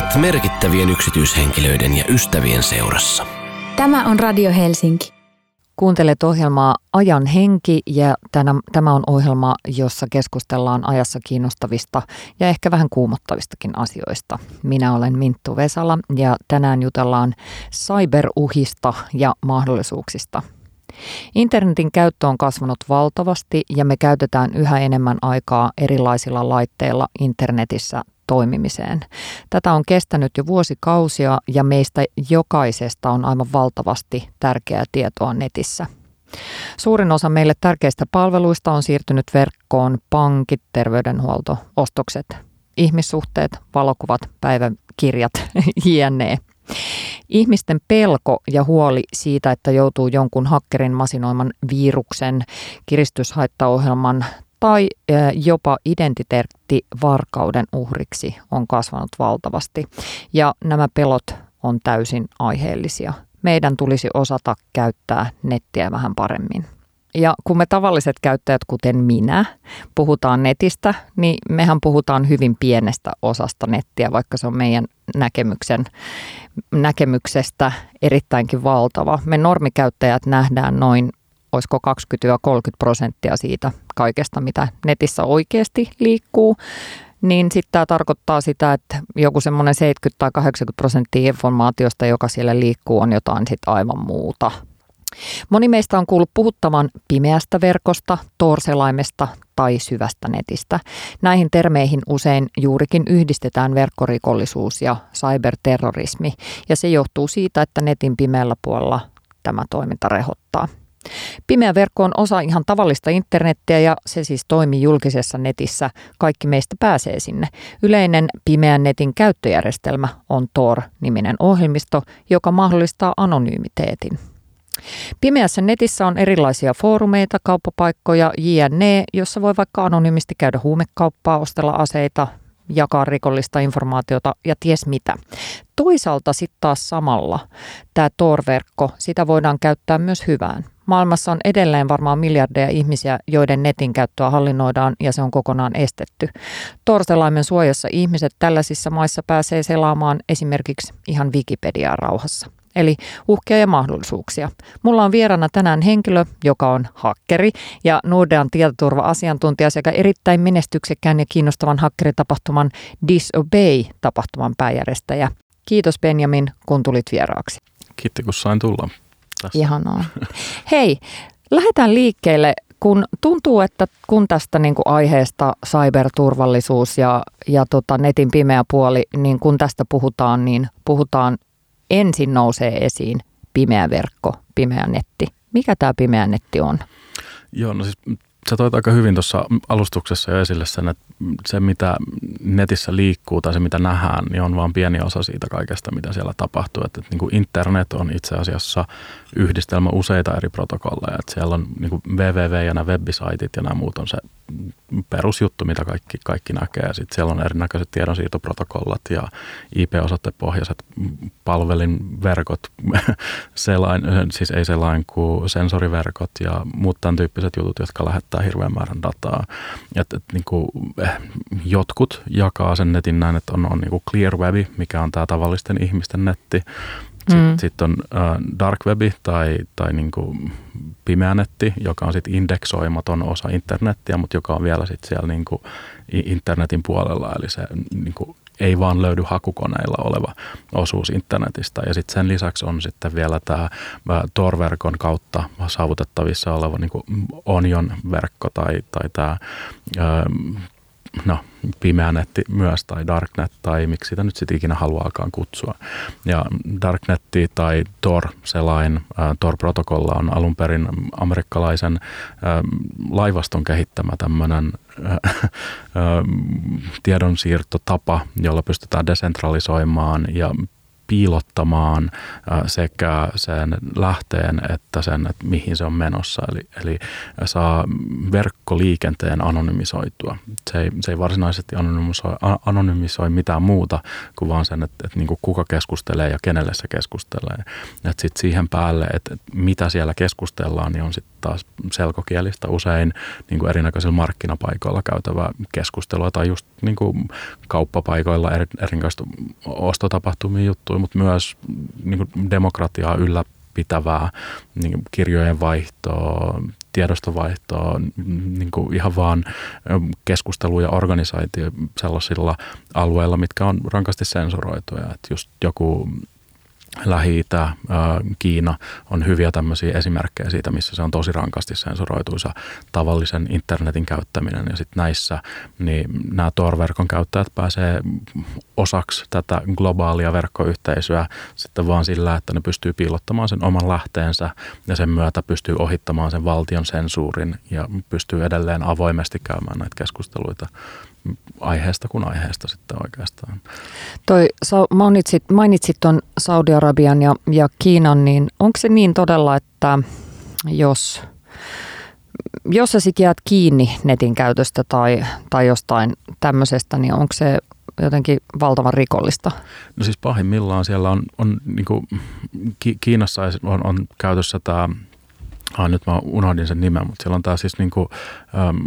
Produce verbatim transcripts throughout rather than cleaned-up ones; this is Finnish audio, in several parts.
Olet merkittävien yksityishenkilöiden ja ystävien seurassa. Tämä on Radio Helsinki. Kuuntelet ohjelmaa Ajan henki ja tänä, tämä on ohjelma, jossa keskustellaan ajassa kiinnostavista ja ehkä vähän kuumottavistakin asioista. Minä olen Minttu Vesala ja tänään jutellaan cyberuhista ja mahdollisuuksista. Internetin käyttö on kasvanut valtavasti ja me käytetään yhä enemmän aikaa erilaisilla laitteilla internetissä toimimiseen. Tätä on kestänyt jo vuosikausia ja meistä jokaisesta on aivan valtavasti tärkeää tietoa netissä. Suurin osa meille tärkeistä palveluista on siirtynyt verkkoon: pankit, terveydenhuolto, ostokset, ihmissuhteet, valokuvat, päiväkirjat, jne. Ihmisten pelko ja huoli siitä, että joutuu jonkun hakkerin masinoiman viruksen, kiristyshaittaohjelman tai jopa identiteettivarkauden uhriksi on kasvanut valtavasti. Ja nämä pelot on täysin aiheellisia. Meidän tulisi osata käyttää nettiä vähän paremmin. Ja kun me tavalliset käyttäjät, kuten minä, puhutaan netistä, niin mehän puhutaan hyvin pienestä osasta nettiä, vaikka se on meidän näkemyksen, näkemyksestä erittäinkin valtava. Me normikäyttäjät nähdään noin, olisiko kaksikymmentä kolmekymmentä prosenttia siitä kaikesta, mitä netissä oikeasti liikkuu, niin sitten tämä tarkoittaa sitä, että joku semmoinen seitsemänkymmentä tai kahdeksankymmentä prosenttia informaatiosta, joka siellä liikkuu, on jotain sitten aivan muuta. Moni meistä on kuullut puhuttavan pimeästä verkosta, torselaimesta tai syvästä netistä. Näihin termeihin usein juurikin yhdistetään verkkorikollisuus ja cyberterrorismi, ja se johtuu siitä, että netin pimeällä puolella tämä toiminta rehottaa. Pimeä verkko on osa ihan tavallista internettiä ja se siis toimii julkisessa netissä. Kaikki meistä pääsee sinne. Yleinen pimeän netin käyttöjärjestelmä on Tor-niminen ohjelmisto, joka mahdollistaa anonymiteetin. Pimeässä netissä on erilaisia foorumeita, kauppapaikkoja, jne, jossa voi vaikka anonyymisti käydä huumekauppaa, ostella aseita, jakaa rikollista informaatiota ja ties mitä. Toisaalta sitten taas samalla tämä Tor-verkko, sitä voidaan käyttää myös hyvään. Maailmassa on edelleen varmaan miljardeja ihmisiä, joiden netin käyttöä hallinnoidaan ja se on kokonaan estetty. Torselaimen suojassa ihmiset tällaisissa maissa pääsee selaamaan esimerkiksi ihan Wikipediaa rauhassa. Eli uhkia ja mahdollisuuksia. Mulla on vieraana tänään henkilö, joka on hakkeri ja Nordean tietoturva-asiantuntija sekä erittäin menestyksekkään ja kiinnostavan hakkeritapahtuman Disobey-tapahtuman pääjärjestäjä. Kiitos Benjamin, kun tulit vieraaksi. Kiitti, kun sain tulla. Tässä. Ihanaa. Hei, lähdetään liikkeelle, kun tuntuu, että kun tästä niin kuin aiheesta cyberturvallisuus ja, ja tota netin pimeä puoli, niin kun tästä puhutaan, niin puhutaan ensin nousee esiin pimeä verkko, pimeä netti. Mikä tämä pimeä netti on? Joo, no siis sä toit aika hyvin tuossa alustuksessa jo esille sen, että se mitä netissä liikkuu tai se mitä nähdään, niin on vain pieni osa siitä kaikesta, mitä siellä tapahtuu. Että, että niin kuin internet on itse asiassa yhdistelmä useita eri protokolleja. Että siellä on niin kuin www ja nämä webisaitit ja nämä muut on se perusjuttu, mitä kaikki, kaikki näkee. Sitten siellä on erinäköiset tiedonsiirtoprotokollat ja I P-osoitepohjaiset palvelinverkot, selain, siis ei selain kuin sensoriverkot ja muut tämän tyyppiset jutut, jotka lähettää hirveän määrän dataa. Että, että niin kuin, jotkut jakaa sen netin näin, että on, on niin kuin clear webi, mikä on tämä tavallisten ihmisten netti. Sitten mm. sit on äh, dark webi tai, tai niin kuin pimeä netti, joka on sitten indeksoimaton osa internettiä, mutta joka on vielä sitten siellä niin kuin internetin puolella, eli se niin kuin ei vaan löydy hakukoneilla oleva osuus internetistä. Ja sitten sen lisäksi on sitten vielä tämä Tor-verkon kautta saavutettavissa oleva niin kuin Onion-verkko tai, tai tämä no, pimeä netti myös tai darknet tai miksi sitä nyt sitten ikinä haluaakaan kutsua. Ja darknetti tai Tor-selain, Tor-protokolla on alun perin amerikkalaisen laivaston kehittämä tämmöinen tiedonsiirtotapa, jolla pystytään desentralisoimaan ja piilottamaan sekä sen lähteen että sen, että mihin se on menossa. Eli, eli saa verkkoliikenteen anonymisoitua. Se ei, se ei varsinaisesti anonymisoi, anonymisoi mitään muuta kuin vaan sen, että, että niin kuin kuka keskustelee ja kenelle se keskustelee. Että sitten siihen päälle, että mitä siellä keskustellaan, niin on sitten taas selkokielistä usein niin kuin erinäköisillä markkinapaikoilla käytävää keskustelua tai just niin kuin kauppapaikoilla erinäköistä ostotapahtumia juttuja, mutta myös niin kuin demokratiaa ylläpitävää niin kuin kirjojen vaihtoa, tiedostovaihtoa, niin kuin ihan vaan keskustelua ja organisaatio sellaisilla alueilla, mitkä on rankasti sensuroituja. Että just joku Lähi-Itä, Kiina on hyviä tämmöisiä esimerkkejä siitä, missä se on tosi rankasti sensuroituisa tavallisen internetin käyttäminen. Ja sitten näissä niin nämä Tor-verkon käyttäjät pääsee osaksi tätä globaalia verkkoyhteisöä sitten vaan sillä, että ne pystyy piilottamaan sen oman lähteensä ja sen myötä pystyy ohittamaan sen valtion sensuurin ja pystyy edelleen avoimesti käymään näitä keskusteluita aiheesta kuin aiheesta sitten oikeastaan. Toi, mainitsit, mainitsit tuon Saudi-Arabian ja, ja Kiinan, niin onko se niin todella, että jos, jos sä sit jäät kiinni netin käytöstä tai, tai jostain tämmöisestä, niin onko se jotenkin valtavan rikollista? No siis pahimmillaan siellä on, on niin kuin Kiinassa on, on käytössä tämä, Ah, nyt mä unohdin sen nimen, mutta siellä on tämä siis niinku, äm,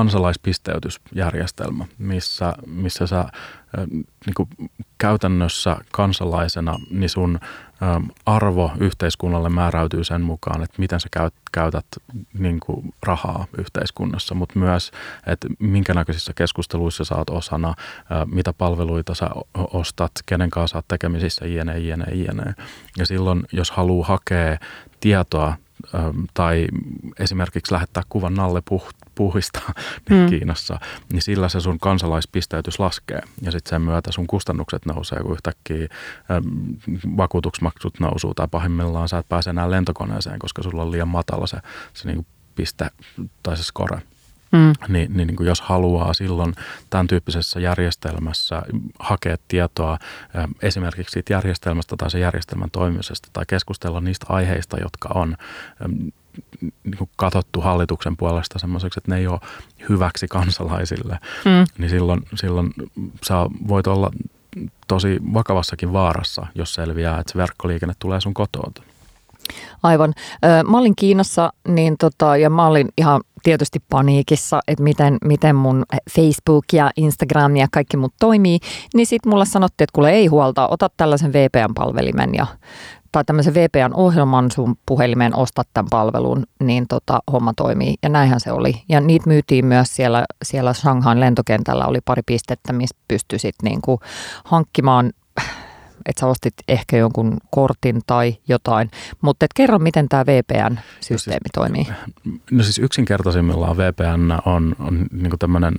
kansalaispisteytysjärjestelmä, missä, missä sä äm, niinku, käytännössä kansalaisena niin sun äm, arvo yhteiskunnalle määräytyy sen mukaan, että miten sä käyt, käytät niinku, rahaa yhteiskunnassa, mutta myös, että minkä näköisissä keskusteluissa sä oot osana, ä, mitä palveluita sä ostat, kenen kanssa sä oot tekemisissä, jne, jne, jne. Ja silloin, jos haluaa hakea tietoa tai esimerkiksi lähettää kuvan Nalle Puhista mm. Kiinassa, niin sillä se sun kansalaispisteytys laskee. Ja sitten sen myötä sun kustannukset nousee, kun yhtäkkiä ähm, vakuutusmaksut nousuu tai pahimmillaan sä et pääse enää lentokoneeseen, koska sulla on liian matala se, se niinku piste tai se score. Mm. Niin, niin, niin kuin jos haluaa silloin tämän tyyppisessä järjestelmässä hakea tietoa esimerkiksi siitä järjestelmästä tai sen järjestelmän toimimisesta tai keskustella niistä aiheista, jotka on niin kuin katsottu hallituksen puolesta semmoiseksi, että ne ei ole hyväksi kansalaisille, mm. niin silloin, silloin sä voit olla tosi vakavassakin vaarassa, jos selviää, että se verkkoliikenne tulee sun kotoota. Aivan. Mä olin Kiinassa niin tota, ja mä olin ihan tietysti paniikissa, että miten, miten mun Facebook ja Instagram ja kaikki mut toimii. Niin sit mulle sanottiin, että kuule ei huolta, ota tällaisen V P N-palvelimen ja tai tämmöisen V P N-ohjelman sun puhelimeen, ostat tämän palvelun, niin tota, homma toimii. Ja näinhän se oli. Ja niitä myytiin myös siellä, siellä Shanghain lentokentällä, oli pari pistettä, missä pystyi sitten niinku hankkimaan, että sä ostit ehkä jonkun kortin tai jotain. Mutta kerro, miten tämä V P N-systeemi no siis, toimii. No siis yksinkertaisimmillaan V P N on, on niinku tämmöinen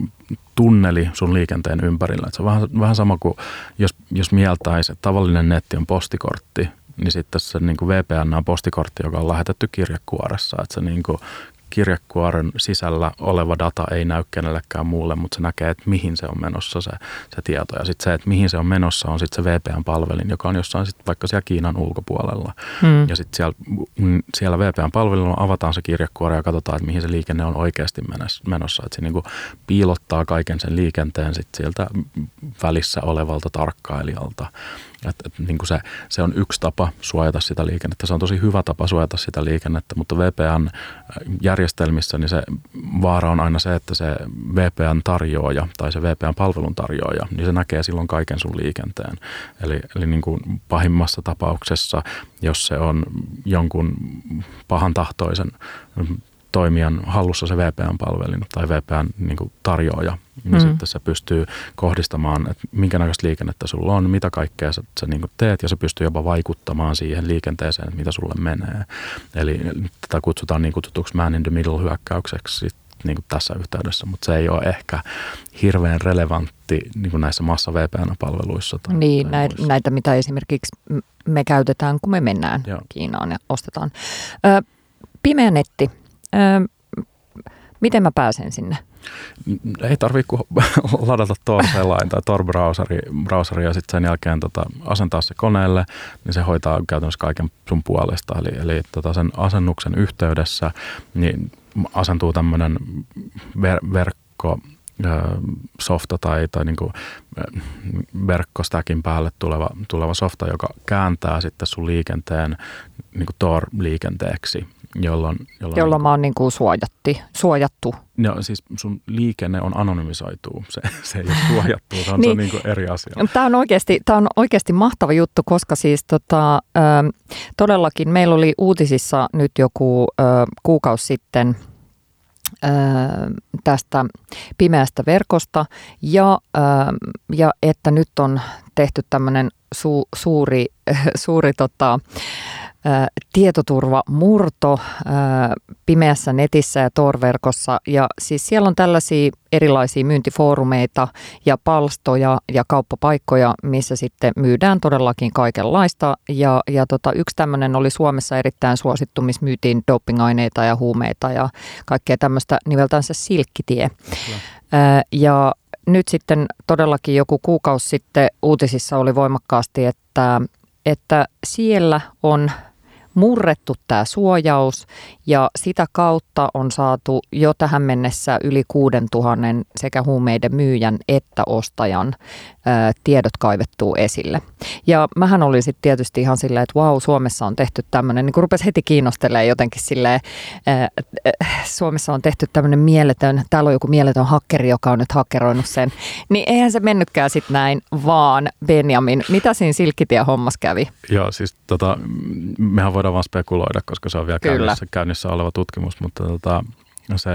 tunneli sun liikenteen ympärillä. Et se on vähän, vähän sama kuin jos, jos mieltäisi, että tavallinen netti on postikortti, niin sitten se niinku V P N on postikortti, joka on lähetetty kirjekuoressa. Että se niinku kirjekuoren sisällä oleva data ei näy kenellekään muulle, mutta se näkee, että mihin se on menossa se, se tieto. Ja sitten se, että mihin se on menossa, on sitten se V P N-palvelin, joka on jossain sitten vaikka siellä Kiinan ulkopuolella. Hmm. Ja sitten siellä, siellä V P N-palvelilla avataan se kirjekuori ja katsotaan, että mihin se liikenne on oikeasti menossa. Että se niinku piilottaa kaiken sen liikenteen sitten sieltä välissä olevalta tarkkailijalta. Että et, niin se, se on yksi tapa suojata sitä liikennettä. Se on tosi hyvä tapa suojata sitä liikennettä, mutta V P N-järjestelmissä niin se vaara on aina se, että se V P N-tarjoaja tai se V P N-palvelun tarjoaja, niin se näkee silloin kaiken sun liikenteen. Eli, eli niin kuin pahimmassa tapauksessa, jos se on jonkun pahan tahtoisen toimijan hallussa se V P N-palvelin tai V P N-tarjoaja, niin mm. sitten se pystyy kohdistamaan, että minkä näköistä liikennettä sulla on, mitä kaikkea sä, sä niin kuin teet, ja se pystyy jopa vaikuttamaan siihen liikenteeseen, että mitä sulle menee. Eli tätä kutsutaan niin kutsutuksi man in the middle -hyökkäykseksi niin kuin tässä yhteydessä, mutta se ei ole ehkä hirveän relevantti niin kuin näissä massa-V P N-palveluissa. Tai, niin, tai näitä, näitä, mitä esimerkiksi me käytetään, kun me mennään Joo. Kiinaan ja ostetaan. Ö, pimeä netti. Ö, Miten mä pääsen sinne? Ei tarvitse kuin ladata Tor-selain tai Tor-browseri browseri ja sitten sen jälkeen tota, asentaa se koneelle, niin se hoitaa käytännössä kaiken sun puolesta. Eli, eli tota sen asennuksen yhteydessä niin asentuu tämmöinen ver- verkko, softa tai, tai niin kuin verkkostäkin päälle tuleva, tuleva softa, joka kääntää sitten sun liikenteen niin kuin Tor-liikenteeksi. Jolloin, jolloin, jolloin mä oon niin kuin suojatti, suojattu. No siis sun liikenne on anonymisoitu, se, se ei ole suojattu, se on, niin, se on niin kuin eri asia. Tämä on oikeasti, tämä on oikeasti mahtava juttu, koska siis tota, ö, todellakin meillä oli uutisissa nyt joku ö, kuukausi sitten ö, tästä pimeästä verkosta ja, ö, ja että nyt on tehty tämmöinen su, suuri, suuri tota, tietoturvamurto pimeässä netissä ja Tor-verkossa. Ja siis siellä on tällaisia erilaisia myyntifoorumeita ja palstoja ja kauppapaikkoja, missä sitten myydään todellakin kaikenlaista. Ja, ja tota, yksi tämmöinen oli Suomessa erittäin suosittu, missä myytiin dopingaineita ja huumeita ja kaikkea tämmöistä nimeltänsä Silkkitie. Ää, ja nyt sitten todellakin joku kuukausi sitten uutisissa oli voimakkaasti, että, että siellä on murrettu tämä suojaus ja sitä kautta on saatu jo tähän mennessä yli kuuden tuhannen sekä huumeiden myyjän että ostajan ää, tiedot kaivettuu esille. Ja mähän olin sitten tietysti ihan silleen, että vau, Suomessa on tehty tämmöinen, niin kun rupesi heti kiinnostelemaan jotenkin silleen, ää, ää, Suomessa on tehty tämmöinen mieletön, täällä on joku mieletön hakkeri, joka on nyt hakkeroinut sen, niin eihän se mennytkään sitten näin, vaan Benjamin, mitä siinä Silkkitie-hommas kävi? Joo, siis tota, mehän voidaan vaan spekuloida, koska se on vielä käynnissä, käynnissä oleva tutkimus, mutta tota, se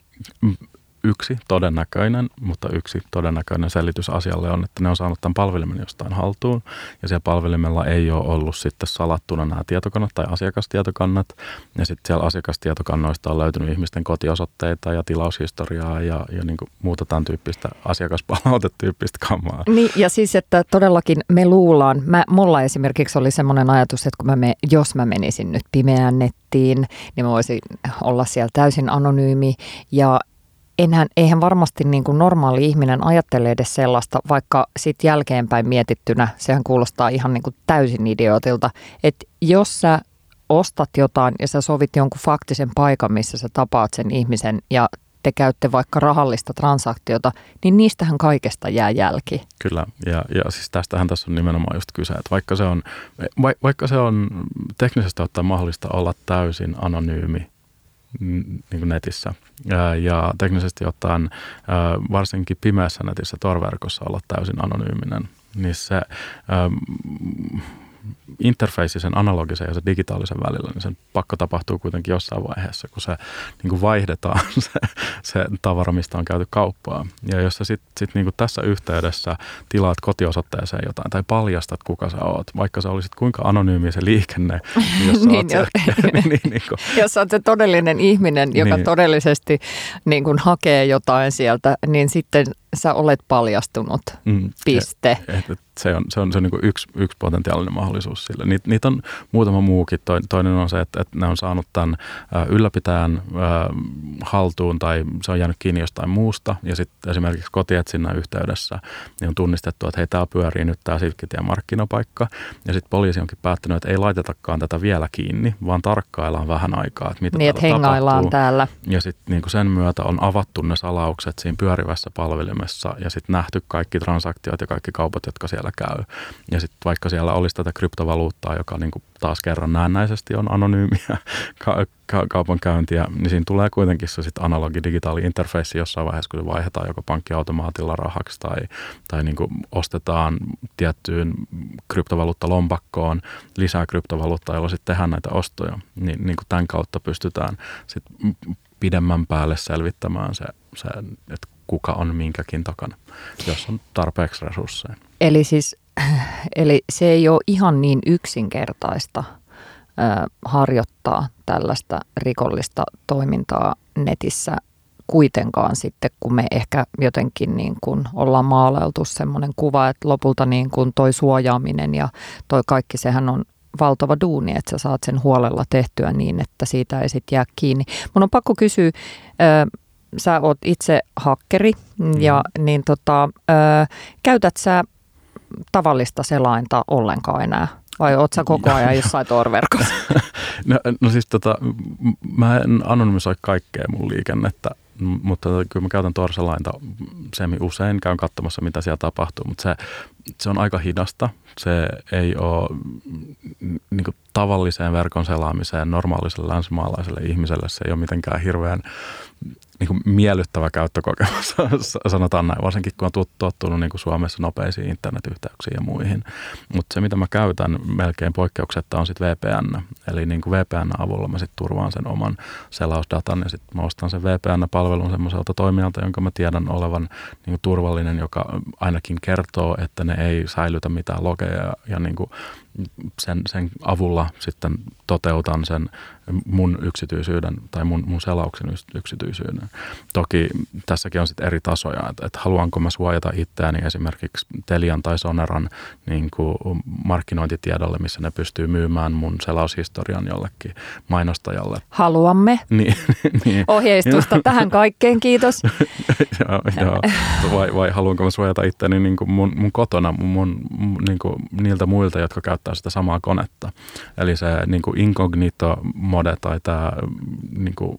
yksi todennäköinen, mutta yksi todennäköinen selitys asialle on, että ne on saanut tämän palvelimen jostain haltuun ja siellä palvelimella ei ole ollut sitten salattuna nämä tietokannat tai asiakastietokannat ja sitten siellä asiakastietokannoista on löytynyt ihmisten kotiosoitteita ja tilaushistoriaa ja, ja niin kuin muuta tämän tyyppistä asiakaspalautetyyppistä kamaa. Niin ja siis, että todellakin me luullaan, mä, mulla esimerkiksi oli semmoinen ajatus, että kun mä me, jos mä menisin nyt pimeään nettiin, niin mä voisin olla siellä täysin anonyymi ja Enhän, eihän varmasti niin kuin normaali ihminen ajattele edes sellaista, vaikka sitten jälkeenpäin mietittynä, sehän kuulostaa ihan niin kuin täysin idiootilta, että jos sä ostat jotain ja sä sovit jonkun faktisen paikan, missä sä tapaat sen ihmisen ja te käytte vaikka rahallista transaktiota, niin niistähän kaikesta jää jälki. Kyllä, ja, ja siis tästähän tässä on nimenomaan just kyse, että vaikka se on, vaikka se on teknisesti ottaen mahdollista olla täysin anonyymi, niin kuin netissä. Ja teknisesti ottaen varsinkin pimeässä netissä Tor-verkossa olla täysin anonyyminen, niin se interface sen analogisen ja sen digitaalisen välillä, niin sen pakko tapahtuu kuitenkin jossain vaiheessa, kun se niin kuin vaihdetaan se, se tavara, mistä on käyty kauppaa. Ja jos sä sitten sit niin kuin tässä yhteydessä tilaat kotiosoitteeseen jotain tai paljastat, kuka sä oot, vaikka sä olisit kuinka anonyymi se liikenne, niin jos sä niin, oot se, niin, niin, niin kuin, jos sä oot se todellinen ihminen, joka niin, todellisesti niin kuin hakee jotain sieltä, niin sitten sä olet paljastunut, mm, piste. Et, et, se on, se on, se on niin kuin yksi, yksi potentiaalinen mahdollisuus sille. Niitä, niitä on muutama muukin. Toinen on se, että, että ne on saanut tämän ylläpitäjän haltuun tai se on jäänyt kiinni jostain muusta. Ja sitten esimerkiksi kotietsinnän yhteydessä niin on tunnistettu, että hei, täällä pyörii nyt tämä Silkkitien markkinapaikka. Ja sitten poliisi onkin päättänyt, että ei laitetakaan tätä vielä kiinni, vaan tarkkaillaan vähän aikaa, että mitä niin, täällä että hengaillaan tapahtuu. Täällä. Ja sitten niin sen myötä on avattu ne salaukset siinä pyörivässä palvelimessa ja sitten nähty kaikki transaktiot ja kaikki kaupat, jotka siellä käy. Ja sitten vaikka siellä olisi tätä kryptovaluuttaa, joka niin kuin taas kerran näennäisesti on anonyymiä ka- ka- kaupankäyntiä, niin siinä tulee kuitenkin se sitten analogi digitaali interface jossain vaiheessa, kun se vaihdetaan joko pankkiautomaatilla rahaksi tai, tai niin kuin ostetaan tiettyyn kryptovaluuttalompakkoon lisää kryptovaluuttaa, jolla sitten tehdään näitä ostoja. Niin, niin kuin tämän kautta pystytään sitten pidemmän päälle selvittämään se, se että kuka on minkäkin takana, jos on tarpeeksi resursseja. Eli siis eli se ei ole ihan niin yksinkertaista ö, harjoittaa tällaista rikollista toimintaa netissä kuitenkaan sitten, kun me ehkä jotenkin niin kuin ollaan maalailtu semmoinen kuva, että lopulta niin kuin toi suojaaminen ja toi kaikki, sehän on valtava duuni, että sä saat sen huolella tehtyä niin, että siitä ei sitten jää kiinni. Mun on pakko kysyä, ö, sä oot itse hakkeri ja mm. niin tota, ö, käytät sä tavallista selainta ollenkaan enää? Vai oot sä koko ajan jossain Tor-verkossa? no, no siis tota, mä en anonymisoi kaikkea mun liikennettä, mutta kyllä mä käytän Tor-selainta semi usein, käyn katsomassa mitä siellä tapahtuu, mutta se, se on aika hidasta. Se ei ole niin kuin tavalliseen verkon selaamiseen normaaliselle länsimaalaiselle ihmiselle, se ei ole mitenkään hirveän niin kuin miellyttävä käyttökokemus, sanotaan näin, varsinkin kun on tottunut niin kuin Suomessa nopeisiin internetyhteyksiin ja muihin. Mutta se, mitä mä käytän melkein poikkeuksetta, on sitten V P N. Eli niin kuin V P N avulla mä sitten turvaan sen oman selausdatan ja sitten mä ostan sen V P N-palvelun semmoiselta toimijalta, jonka mä tiedän olevan niin kuin turvallinen, joka ainakin kertoo, että ne ei säilytä mitään logeja ja, ja niin kuin sen, sen avulla sitten toteutan sen mun yksityisyyden tai mun, mun selauksen yksityisyyden. Toki tässäkin on sitten eri tasoja, että, että haluanko mä suojata itseäni esimerkiksi Telian tai Soneran niin kuin markkinointitiedolle, missä ne pystyy myymään mun selaushistorian jollekin mainostajalle. Haluamme. Niin, niin. Ohjeistusta tähän kaikkeen, kiitos. joo, joo. Vai, vai haluanko mä suojata itseäni niin kuin mun, mun kotona mun, mun, niin kuin niiltä muilta, jotka käyttää sitä samaa konetta. Eli se niin kuin incognito mode tai tämä niin kuin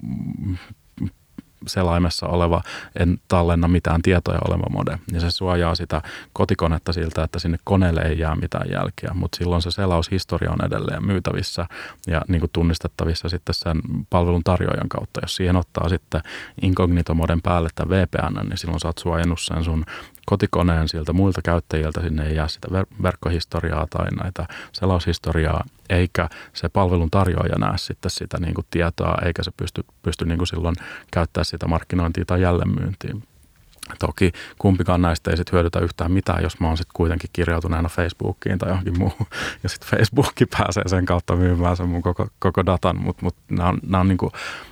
selaimessa oleva, en tallenna mitään tietoja oleva mode. Ja se suojaa sitä kotikonetta siltä, että sinne koneelle ei jää mitään jälkiä, mutta silloin se selaushistoria on edelleen myytävissä ja niin kuin tunnistettavissa sitten sen palvelun tarjoajan kautta. Jos siihen ottaa sitten incognito-moden päälle tämän V P N, niin silloin sä oot suojannut sen sun kotikoneen siltä muilta käyttäjiltä, sinne ei jää sitä ver- verkkohistoriaa tai näitä selaushistoriaa, eikä se palvelun tarjoaja näe sitten sitä niin kuin tietoa, eikä se pysty, pysty niin kuin silloin käyttää sitä markkinointia tai jälleenmyyntiin. Toki kumpikaan näistä ei sitten hyödytä yhtään mitään, jos mä oon sitten kuitenkin kirjautuneena Facebookiin tai johonkin muuhun, ja sitten Facebook pääsee sen kautta myymään sen mun koko, koko datan, mutta mut nämä on, nää on niin kuin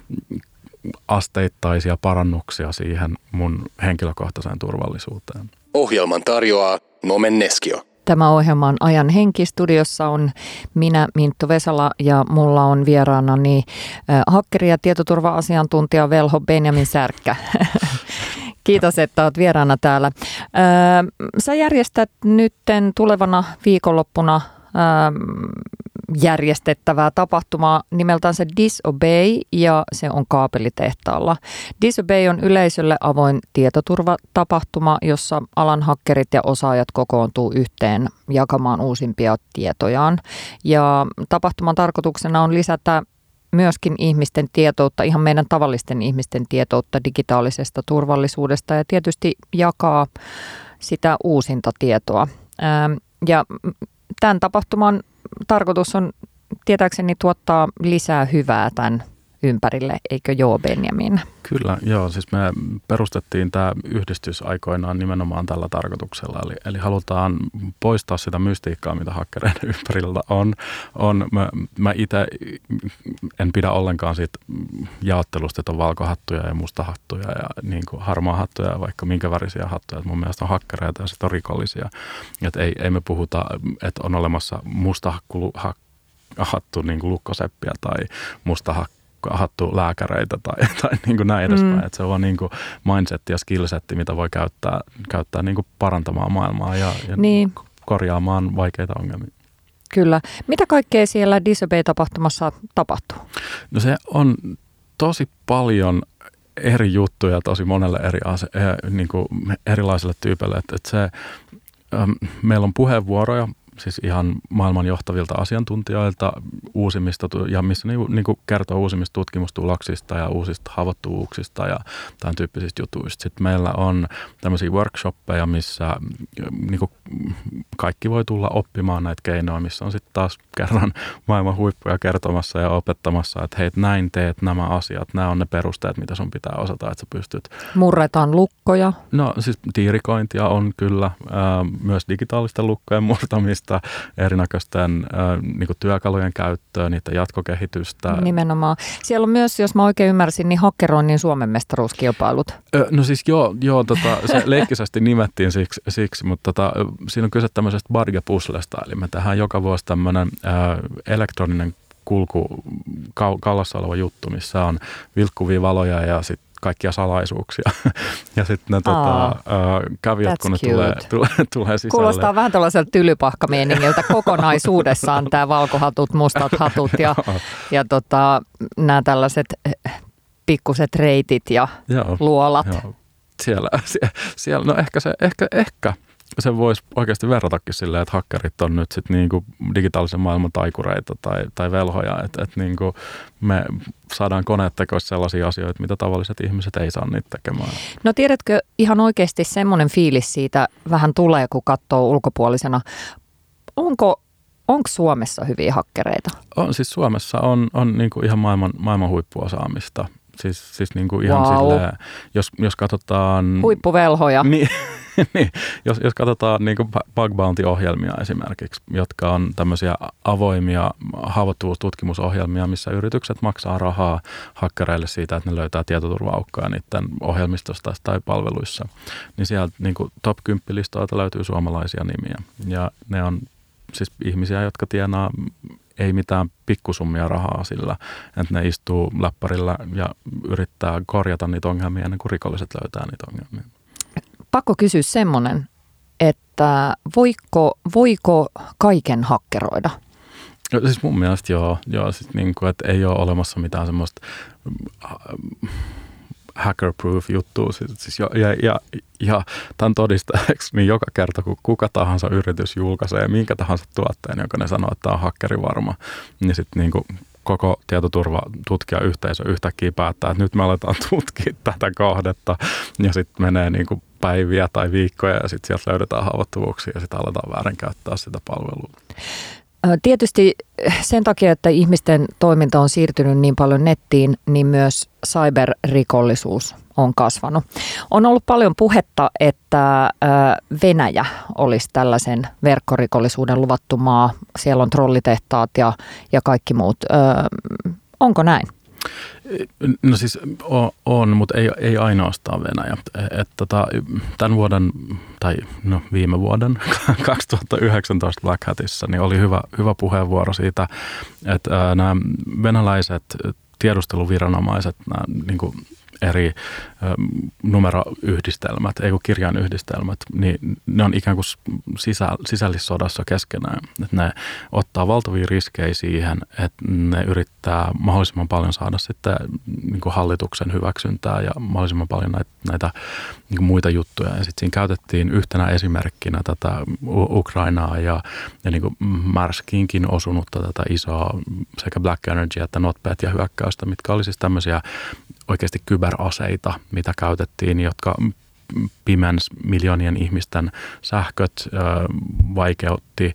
asteittaisia parannuksia siihen mun henkilökohtaiseen turvallisuuteen. Ohjelman tarjoaa Nomen Neskio. Tämä ohjelma on Ajan henki. Studiossa on minä, Minttu Vesala, ja mulla on vieraanani äh, hakkeri- ja tietoturva-asiantuntija Velho Benjamin Särkkä. Kiitos, että olet vieraana täällä. Äh, sä järjestät nytten tulevana viikonloppuna äh, järjestettävää tapahtumaa nimeltään se Disobey, ja se on kaapelitehtaalla. Disobey on yleisölle avoin tietoturvatapahtuma, jossa alan hakkerit ja osaajat kokoontuu yhteen jakamaan uusimpia tietojaan. Ja tapahtuman tarkoituksena on lisätä myöskin ihmisten tietoutta, ihan meidän tavallisten ihmisten tietoutta digitaalisesta turvallisuudesta ja tietysti jakaa sitä uusinta tietoa. Ja tämän tapahtuman tarkoitus on tietääkseni tuottaa lisää hyvää tämän ympärille, eikö joo, Benjamin? Kyllä, joo. Siis me perustettiin tämä yhdistys aikoinaan nimenomaan tällä tarkoituksella. Eli, eli halutaan poistaa sitä mystiikkaa, mitä hakkereiden ympäriltä on. on mä mä itse en pidä ollenkaan siitä jaottelusta, että on valkohattuja ja mustahattuja ja niin kuin harmaahattuja ja vaikka minkä värisiä hattuja. Et mun mielestä on hakkereita ja sitten on rikollisia. Et ei, ei me puhuta, että on olemassa mustahattu hattu, niin kuin lukkoseppiä tai mustahakku hattu lääkäreitä tai, tai niin kuin näin edespäin. Mm. Että se on vaan niin kuin mindsetti ja skillsetti, mitä voi käyttää, käyttää niin kuin parantamaan maailmaa ja, ja niin. korjaamaan vaikeita ongelmia. Kyllä. Mitä kaikkea siellä Disobey-tapahtumassa tapahtuu? No se on tosi paljon eri juttuja tosi monelle eri ase, niin kuin erilaisille tyypeille. Että, että se, ähm, meillä on puheenvuoroja, siis ihan maailman johtavilta asiantuntijoilta uusimmista, ja missä ne niin kuin kertoo uusimmista tutkimustuloksista ja uusista haavoittuvuuksista ja tämän tyyppisistä jutuista. Sitten meillä on tämmöisiä workshoppeja, missä niin kuin kaikki voi tulla oppimaan näitä keinoja, missä on sitten taas kerran maailman huippuja kertomassa ja opettamassa, että hei, näin teet nämä asiat, nämä on ne perusteet, mitä sun pitää osata, että sä pystyt. Murretaan lukkoja. No siis tiirikointia on kyllä, myös digitaalisten lukkojen murtamista, erinäköisten äh, niin kuin työkalujen käyttöön, niiden jatkokehitystä. Nimenomaan. Siellä on myös, jos mä oikein ymmärsin, niin hakkeroinnin Suomen mestaruuskilpailut. Ö, no siis joo, joo tota, se leikkisesti nimettiin siksi, siksi mutta tota, siinä on kyse tämmöisestä barge-puslesta, eli me tehdään joka vuosi tämmöinen äh, elektroninen kulku, kallassa oleva juttu, missä on vilkkuvia valoja ja sitten kaikkia salaisuuksia. Ja sitten ne tota, uh, kävijät, kun ne tulee, tulee, tulee sisälle. Kuulostaa vähän tällaiselta tylypahkamieningiltä kokonaisuudessaan tämä valkohatut, mustat hatut ja, ja tota, nämä tällaiset pikkuset reitit ja joo, luolat. Joo. Siellä, siellä, siellä, no ehkä se, ehkä, ehkä se voisi oikeasti verratakin silleen, että hakkerit on nyt sitten niinku digitaalisen maailman taikureita tai, tai velhoja, että et niinku me saadaan koneet tekoa sellaisia asioita, mitä tavalliset ihmiset ei saa niitä tekemään. No tiedätkö, ihan oikeasti semmoinen fiilis siitä vähän tulee, kun katsoo ulkopuolisena. Onko Onko Suomessa hyviä hakkereita? On, siis Suomessa on, on niinku ihan maailman, maailman huippuosaamista. Siis, siis niinku ihan wow. silleen, jos, jos katsotaan... Huippuvelhoja. Niin, niin jos, jos katsotaan niinku bug bounty-ohjelmia esimerkiksi, jotka on tämmöisiä avoimia haavoittuvuustutkimusohjelmia, missä yritykset maksaa rahaa hakkereille siitä, että ne löytää tietoturva-aukkoja niiden ohjelmistosta tai palveluissa. Niin sieltä niinku top kymmenen listoilta löytyy suomalaisia nimiä. Ja ne on siis ihmisiä, jotka tienaa ei mitään pikkusummia rahaa sillä, että ne istuu läppärillä ja yrittää korjata niitä ongelmia ennen kuin rikolliset löytää niitä ongelmia. Pakko kysyä semmoinen, että voiko, voiko kaiken hakkeroida? No, siis mun mielestä joo, joo siis niin kuin, että ei ole olemassa mitään semmoista hacker-proof juttua. Siis ja, ja, ja, ja tämän todistajaksi, niin joka kerta, kun kuka tahansa yritys julkaisee minkä tahansa tuotteen, joka ne sanoo, että tämä on hakkerivarma, niin sitten niin kuin koko tietoturvatutkijayhteisö yhtäkkiä päättää, että nyt me aletaan tutkia tätä kohdetta, ja sitten menee niin kuin päiviä tai viikkoja, ja sitten sieltä löydetään haavoittuvuuksia, ja sitten aletaan väärinkäyttää sitä palvelua. Tietysti sen takia, että ihmisten toiminta on siirtynyt niin paljon nettiin, niin myös cyberrikollisuus on kasvanut. On ollut paljon puhetta, että Venäjä olisi tällaisen verkkorikollisuuden luvattu maa. Siellä on trollitehtaat ja, ja kaikki muut. Onko näin? No siis on, mutta ei, ei ainoastaan Venäjä. Et tota, tämän vuoden, tai no viime vuoden, kaksituhattayhdeksäntoista Black Hatissa, niin oli hyvä, hyvä puheenvuoro siitä, että nämä venäläiset tiedusteluviranomaiset, nämä niin kuin eri numeroyhdistelmät, ei kun kirjainyhdistelmät, niin ne on ikään kuin sisä, sisällissodassa keskenään. Että ne ottaa valtavia riskejä siihen, että ne yrittää mahdollisimman paljon saada sitten niin kuin hallituksen hyväksyntää ja mahdollisimman paljon näitä, näitä niin kuin muita juttuja. Ja sitten siinä käytettiin yhtenä esimerkkinä tätä Ukrainaa ja, ja niin kuin Maerskiinkin osunutta tätä isoa sekä Black Energy että NotPetya hyökkäystä, mitkä oli siis tämmöisiä oikeasti kyberaseita, mitä käytettiin, jotka pimensi miljoonien ihmisten sähköt, vaikeutti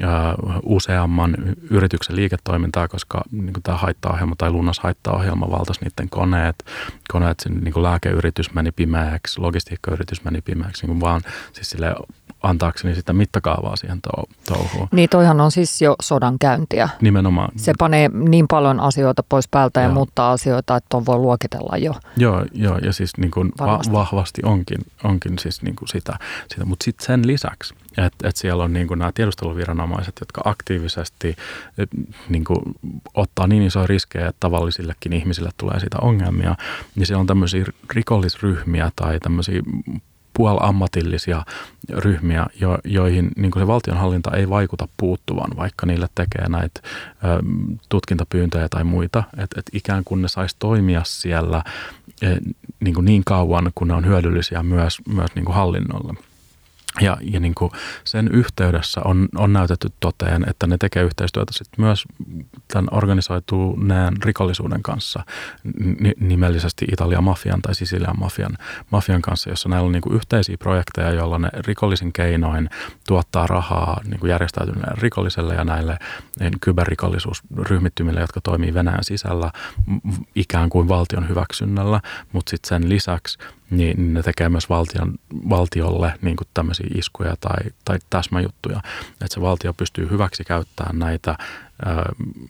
useamman yrityksen liiketoimintaa, koska niin kuin tämä haittaohjelma tai lunnashaittaohjelma valtasi niiden koneet. Koneet, niin kuin lääkeyritys meni pimeäksi, logistiikkayritys meni pimeäksi, niin kuin vaan siis sille antaakseni sitä mittakaavaa siihen touhuun. Niin toihan on siis jo sodan käyntiä. Nimenomaan. Se panee niin paljon asioita pois päältä ja, ja muuttaa asioita, että on voi luokitella jo. Joo, joo ja siis niin kuin va- vahvasti onkin, onkin siis niin kuin sitä, sitä. Mutta sitten sen lisäksi, että et siellä on niin kuin nämä tiedusteluviranomaiset, jotka aktiivisesti et, niin kuin ottaa niin isoja riskejä, että tavallisillekin ihmisille tulee siitä ongelmia, niin siellä on tämmöisiä rikollisryhmiä tai tämmöisiä puolammatillisia ryhmiä, jo, joihin niin kuin se valtionhallinta ei vaikuta puuttuvan, vaikka niille tekee näitä ö, tutkintapyyntöjä tai muita. Että et ikään kuin ne saisi toimia siellä e, niin, kuin niin kauan, kun ne on hyödyllisiä myös, myös niin kuin hallinnolle. Ja, ja niin kuin sen yhteydessä on, on näytetty toteen, että ne tekee yhteistyötä sit myös tämän organisoituneen rikollisuuden kanssa, nimellisesti Italian mafian tai Sisilian mafian, mafian kanssa, jossa näillä on niin kuin yhteisiä projekteja, joilla ne rikollisin keinoin tuottaa rahaa niin kuin järjestäytyneelle rikolliselle ja näille kyberrikollisuusryhmittymille, jotka toimii Venäjän sisällä ikään kuin valtion hyväksynnällä, mutta sitten sen lisäksi niin ne tekee myös valtion, valtiolle niin kuin tämmöisiä iskuja tai, tai täsmäjuttuja, että se valtio pystyy hyväksi käyttämään näitä ää,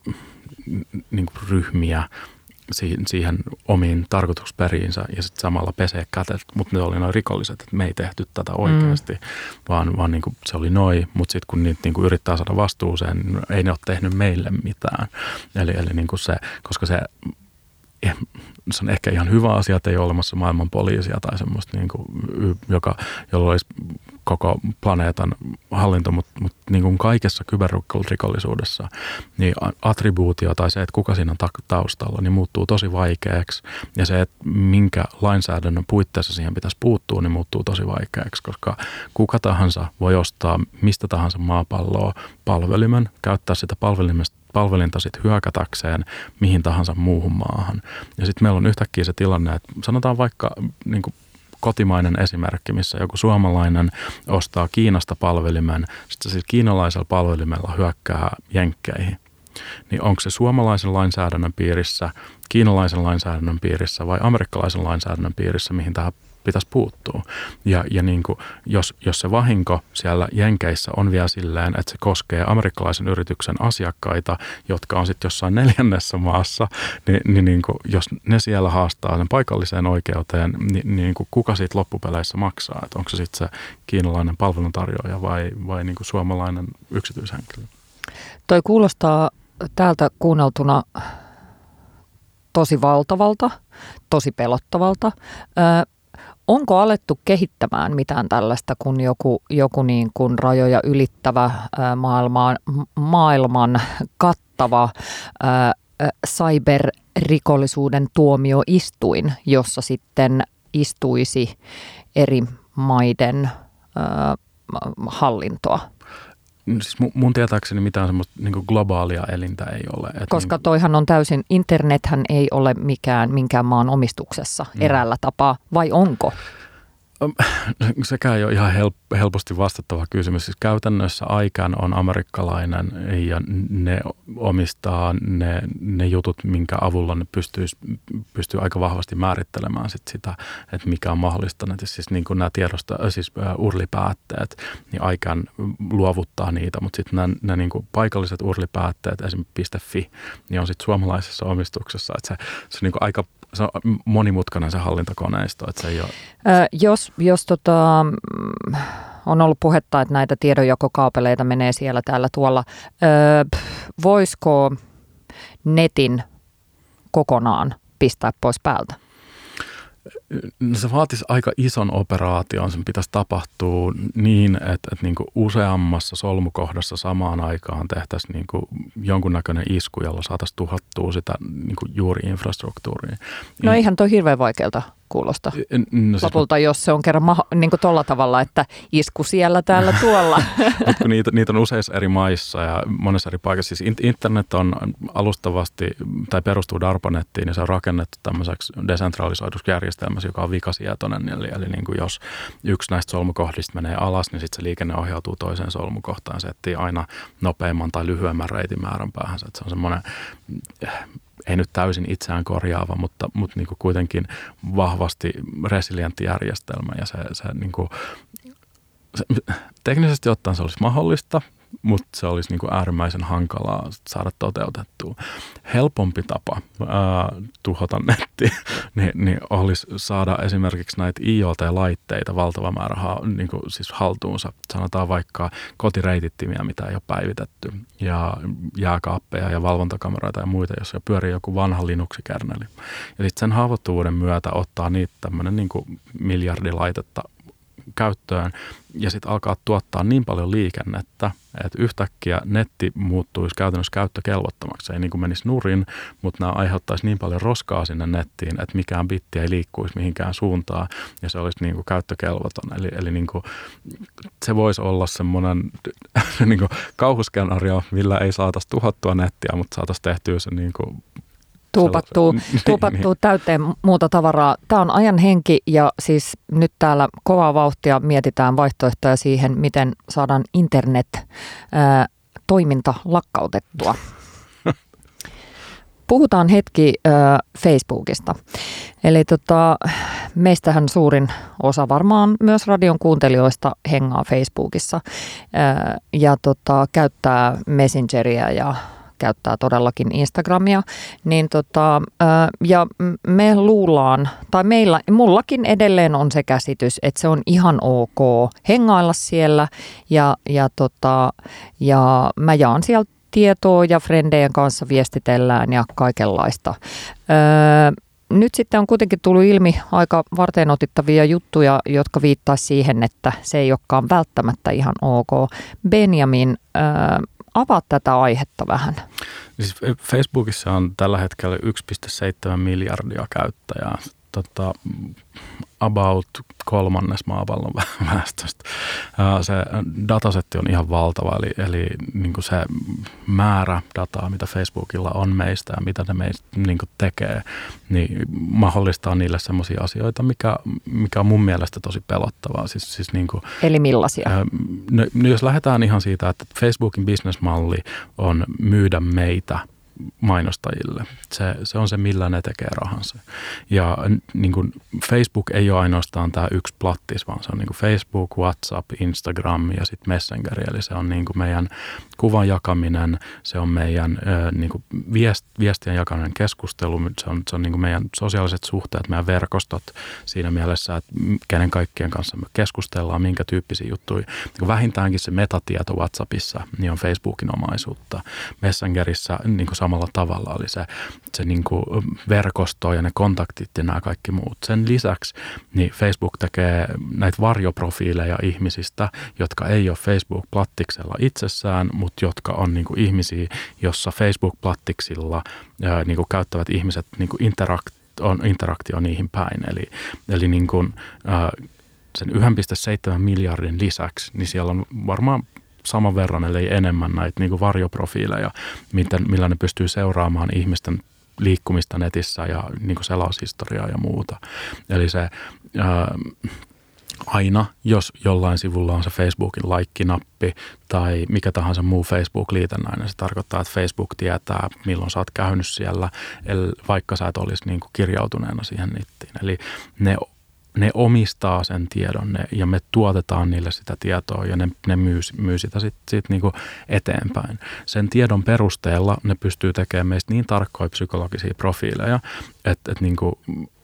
niin kuin ryhmiä siihen, siihen omiin tarkoitusperiinsä ja sitten samalla pesee kätet, mutta ne oli noin rikolliset, että me ei tehty tätä oikeasti, mm. vaan, vaan niin kuin se oli noin, mutta sitten kun niitä niin kuin yrittää saada vastuuseen, niin ei ne ole tehnyt meille mitään. Eli, eli niin kuin se, koska se se on ehkä ihan hyvä asia, että ei ole olemassa maailman poliisia tai semmoista, niin kuin, joka, jolla olisi koko planeetan hallinto, mutta, mutta niin kuin kaikessa kyberrikollisuudessa niin attribuutio tai se, että kuka siinä on taustalla, niin muuttuu tosi vaikeaksi. Ja se, että minkä lainsäädännön puitteissa siihen pitäisi puuttua, niin muuttuu tosi vaikeaksi, koska kuka tahansa voi ostaa mistä tahansa maapalloa palvelimen, käyttää sitä palvelimesta palvelinta sitten hyökätäkseen mihin tahansa muuhun maahan. Ja sitten meillä on yhtäkkiä se tilanne, että sanotaan vaikka niin kuin kotimainen esimerkki, missä joku suomalainen ostaa Kiinasta palvelimen, sitten siis kiinalaisella palvelimella hyökkää jenkkeihin. Niin onko se suomalaisen lainsäädännön piirissä, kiinalaisen lainsäädännön piirissä vai amerikkalaisen lainsäädännön piirissä, mihin tähän pitäisi puuttua. Ja, ja niin kuin, jos, jos se vahinko siellä Jenkeissä on vielä silleen, että se koskee amerikkalaisen yrityksen asiakkaita, jotka on sitten jossain neljännessä maassa, niin, niin, niin kuin, jos ne siellä haastaa sen paikalliseen oikeuteen, niin, niin kuin, kuka siitä loppupeleissä maksaa? Että onko se sitten se kiinalainen palveluntarjoaja vai, vai niin kuin suomalainen yksityishenkilö? Toi kuulostaa täältä kuunneltuna tosi valtavalta, tosi pelottavalta. Ö, Onko alettu kehittämään mitään tällaista kuin joku, joku niin kuin rajoja ylittävä maailman, maailman kattava ää, cyberrikollisuuden tuomioistuin, jossa sitten istuisi eri maiden ää, hallintoa? Siis mun tietääkseni mitään semmoista niin kuin globaalia elintä ei ole. Et Koska niin, toihan on täysin, internethän ei ole mikään minkään maan omistuksessa mm. eräällä tapaa, vai onko? Sekään ei ole ihan help- helposti vastattava kysymys. Siis käytännössä I C A N on amerikkalainen ja ne omistaa ne, ne jutut, minkä avulla ne pystyisi, pystyy aika vahvasti määrittelemään sit sitä, että mikä on mahdollista. Siis niin kuin nämä tiedosta, siis urlipäätteet, niin I C A N luovuttaa niitä, mutta sitten nämä, nämä niin kuin paikalliset urlipäätteet, esimerkiksi .fi, niin on sitten suomalaisessa omistuksessa. Että se, se on niin kuin aika se on monimutkainen se hallintokoneisto, että se ei ole. Ö, jos jos tota, on ollut puhetta, että näitä tiedonjakokaapeleita menee siellä täällä tuolla, ö, voisiko netin kokonaan pistää pois päältä? No se vaatisi aika ison operaation. Sen pitäisi tapahtua niin, että, että niin kuin useammassa solmukohdassa samaan aikaan tehtäisiin niin kuin jonkunnäköinen isku, jolla saataisiin tuhottua sitä niin kuin juuri infrastruktuuria. No eihän toi hirveän vaikealta kuulosta no, lopulta, siis, jos se on kerran maho, niin kuin tolla tavalla, että isku siellä, täällä, tuolla. Kun niitä, niitä on useissa eri maissa ja monessa eri paikassa. Siis internet on alustavasti, tai perustuu DARPANettiin, ja se on rakennettu tämmöiseksi desentralisoiduksi järjestelmässä, joka on vikasietoinen. Eli, eli niin kuin jos yksi näistä solmukohdista menee alas, niin sitten se liikenne ohjautuu toiseen solmukohtaan. Se etsii aina nopeamman tai lyhyemmän reitin määrän päähän. Se on semmoinen, ei nyt täysin itseään korjaava, mutta, mutta niin kuin kuitenkin vahvasti resilientti järjestelmä. Ja se, se, niin kuin, se, teknisesti ottaen se olisi mahdollista, mutta se olisi niin kuin äärimmäisen hankalaa saada toteutettua. Helpompi tapa ää, tuhota netti niin, niin olisi saada esimerkiksi näitä I O T-laitteita valtava määrä ha, niin kuin siis haltuunsa. Sanotaan vaikka kotireitittimiä, mitä ei ole päivitetty, ja jääkaappeja ja valvontakameroita ja muita, jossa pyörii joku vanha Linux-kerneli. Ja sitten sen haavoittuvuuden myötä ottaa niitä tämmöinen niin kuin miljardilaitetta käyttöön ja sitten alkaa tuottaa niin paljon liikennettä, että yhtäkkiä netti muuttuisi käytännössä käyttökelvottomaksi. Se ei niin kuin menisi nurin, mutta nämä aiheuttaisi niin paljon roskaa sinne nettiin, että mikään bitti ei liikkuisi mihinkään suuntaan ja se olisi niin kuin käyttökelvoton. Eli, eli niin kuin se voisi olla semmoinen niin kuin kauhuskenaario, millä ei saataisi tuhottua nettiä, mutta saataisiin tehtyä se niin kuin Tuupattuu, tuupattuu täyteen muuta tavaraa. Tämä on ajan henki ja siis nyt täällä kovaa vauhtia mietitään vaihtoehtoja siihen, miten saadaan internet-toiminta lakkautettua. Puhutaan hetki ää, Facebookista. Eli tota, meistähän suurin osa varmaan myös radion kuuntelijoista hengaa Facebookissa ää, ja tota, käyttää Messengeria ja käyttää todellakin Instagramia, niin tota, ja me luullaan, tai meillä, mullakin edelleen on se käsitys, että se on ihan ok hengailla siellä, ja, ja, tota, ja mä jaan sieltä tietoa, ja frendejen kanssa viestitellään, ja kaikenlaista. Öö, nyt sitten on kuitenkin tullut ilmi aika varteenotettavia juttuja, jotka viittaa siihen, että se ei olekaan välttämättä ihan ok. Benjamin, ää, avaa tätä aihetta vähän. Siis Facebookissa on tällä hetkellä yksi pilkku seitsemän miljardia käyttäjää. Tota, about kolmannes maapallon väestöstä. Se datasetti on ihan valtava, eli, eli niin kuin se määrä dataa, mitä Facebookilla on meistä ja mitä ne meistä niin kuin tekee, niin mahdollistaa niille sellaisia asioita, mikä, mikä on mun mielestä tosi pelottavaa. Siis, siis niin kuin, eli millaisia? No, no jos lähdetään ihan siitä, että Facebookin businessmalli on myydä meitä mainostajille. Se, se on se, millä ne tekee rahansa. Ja niin kuin Facebook ei ole ainoastaan tämä yksi plattis, vaan se on niin kuin Facebook, WhatsApp, Instagram ja sitten Messenger. Eli se on niin kuin meidän kuvan jakaminen, se on meidän niin kuin viest, viestien jakaminen, keskustelu, se on, se on niin kuin meidän sosiaaliset suhteet, meidän verkostot siinä mielessä, että kenen kaikkien kanssa me keskustellaan, minkä tyyppisiä juttuja. Niin vähintäänkin se metatieto WhatsAppissa niin on Facebookin omaisuutta. Messengerissä niin kuin samalla tavalla, eli se, se niin kuin verkosto ja ne kontaktit ja nämä kaikki muut. Sen lisäksi niin Facebook tekee näitä varjoprofiileja ihmisistä, jotka ei ole Facebook-plattiksella itsessään, mutta jotka on niin kuin ihmisiä, jossa Facebook-plattiksilla ää, niin kuin käyttävät ihmiset niin kuin interakt, on interaktio niihin päin. Eli, eli niin kuin, ää, sen yksi pilkku seitsemän miljardin lisäksi, niin siellä on varmaan saman verran, eli enemmän näitä niin kuin varjoprofiileja, miten, millä ne pystyy seuraamaan ihmisten liikkumista netissä ja niin kuin selaushistoriaa ja muuta. Eli se ää, aina, jos jollain sivulla on se Facebookin like-nappi tai mikä tahansa muu Facebook-liitännäinen, se tarkoittaa, että Facebook tietää, milloin sä oot käynyt siellä, vaikka sä et olisi niin kuin kirjautuneena siihen nettiin. Eli ne Ne omistaa sen tiedon ne, ja me tuotetaan niille sitä tietoa ja ne, ne myy, myy sitä sitten sit niinku eteenpäin. Sen tiedon perusteella ne pystyy tekemään meistä niin tarkkoja psykologisia profiileja, että et niinku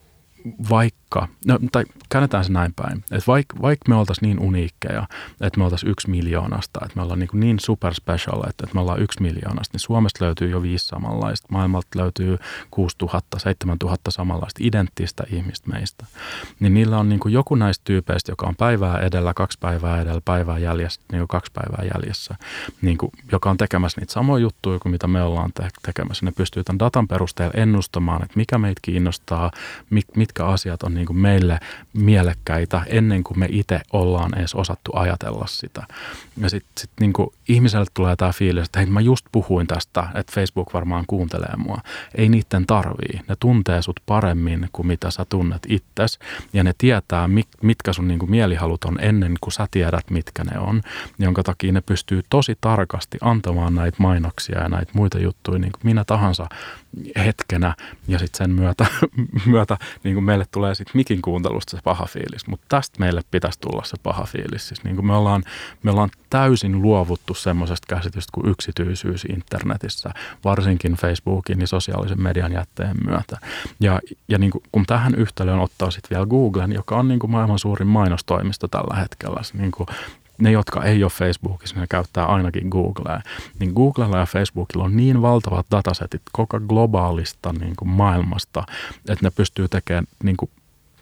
vaikka, no, tai käännetään se näin päin, että vaikka vaik me oltaisiin niin uniikkeja, että me oltaisiin yksi miljoonasta, että me ollaan niin, niin super special, että, että me ollaan yksi miljoonasta, niin Suomesta löytyy jo viisi samanlaista, maailmalta löytyy kuusituhatta, seitsemäntuhatta samanlaista identtistä ihmistä meistä. Niin niillä on niin kuin joku näistä tyypeistä, joka on päivää edellä, kaksi päivää edellä, päivää jäljessä, niin kuin kaksi päivää jäljessä, niin kuin, joka on tekemässä niitä samoja juttuja kuin mitä me ollaan te- tekemässä. Ne pystyy tämän datan perusteella ennustamaan, että mikä meitä kiinnostaa, mit, mitkä asiat on niin kuin meille mielekkäitä ennen kuin me itse ollaan edes osattu ajatella sitä. Ja sitten sit niin kuin ihmiselle tulee tämä fiilis, että hei, mä just puhuin tästä, että Facebook varmaan kuuntelee mua. Ei niiden tarvii. Ne tuntee sut paremmin kuin mitä sä tunnet itses ja ne tietää, mitkä sun niin kuin mielihalut on ennen kuin sä tiedät, mitkä ne on, jonka takia ne pystyy tosi tarkasti antamaan näitä mainoksia ja näitä muita juttuja niin kuin minä tahansa hetkenä ja sitten sen myötä, myötä niin kuin meille tulee sitten mikin kuuntelusta se paha fiilis, mutta tästä meille pitäisi tulla se paha fiilis. Siis niin kuin me, ollaan, me ollaan täysin luovuttu semmoisesta käsitystä kuin yksityisyys internetissä, varsinkin Facebookin ja sosiaalisen median jätteen myötä. Ja, ja niin kuin, kun tähän yhtälöön ottaa sitten vielä Googlen, joka on niin kuin maailman suurin mainostoimisto tällä hetkellä, niin kuin ne, jotka ei ole Facebookissa, ne käyttää ainakin Googlea. Niin Googlella ja Facebookilla on niin valtavat datasetit koko globaalista niin kuin maailmasta, että ne pystyy tekemään, niin kuin,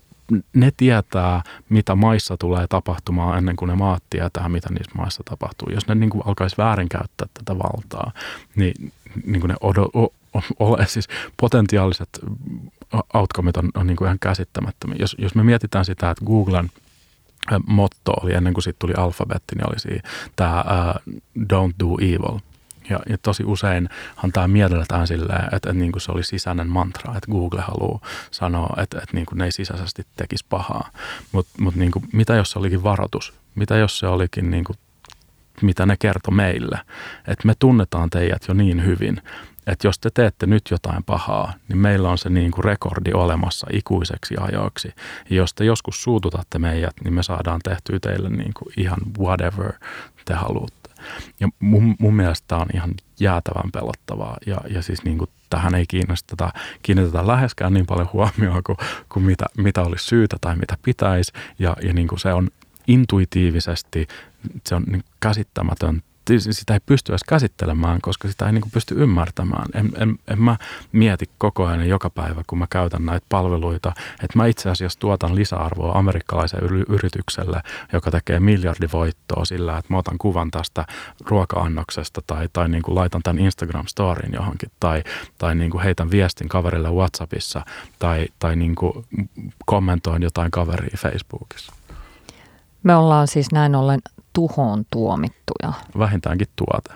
ne tietää, mitä maissa tulee tapahtumaan ennen kuin ne maat tietää, mitä niissä maissa tapahtuu. Jos ne niin kuin alkaisi väärinkäyttää tätä valtaa, niin, niin kuin ne odo, o, ole, siis potentiaaliset outcomeit on, on niin kuin ihan käsittämättömiä. Jos, jos me mietitään sitä, että Googlen motto oli ennen kuin siitä tuli alfabetti, niin oli tämä uh, don't do evil. Ja, ja tosi useinhan tämä mielletään silleen, että, että niin kuin se oli sisäinen mantra, että Google haluaa sanoa, että, että niin kuin ne ei sisäisesti tekisi pahaa. Mutta mut niin kuin, mitä jos se olikin varoitus? Mitä jos se olikin, niin kuin, mitä ne kertoi meille? Että me tunnetaan teidät jo niin hyvin, että jos te teette nyt jotain pahaa, niin meillä on se niin kuin rekordi olemassa ikuiseksi ajoiksi. Ja jos te joskus suututatte meidät, niin me saadaan tehtyä teille niin kuin ihan whatever te haluatte. Ja mun, mun mielestä tämä on ihan jäätävän pelottavaa. Ja, ja siis niin kuin tähän ei kiinnosteta, kiinnitetä läheskään niin paljon huomioon kuin, kuin mitä, mitä olisi syytä tai mitä pitäisi. Ja, ja niin kuin se on intuitiivisesti, se on niin käsittämätön sitä ei pysty edes käsittelemään, koska sitä ei niin kuin pysty ymmärtämään. En, en, en mä mieti koko ajan joka päivä, kun mä käytän näitä palveluita, että mä itse asiassa tuotan lisäarvoa amerikkalaiselle yritykselle, joka tekee miljardivoittoa sillä, että mä otan kuvan tästä ruoka-annoksesta tai, tai niin kuin laitan tämän Instagram-storyin johonkin tai, tai niin kuin heitän viestin kaverille WhatsAppissa tai, tai niin kuin kommentoin jotain kaveria Facebookissa. Me ollaan siis näin ollen tuhoon tuomittuja. Vähintäänkin tuote.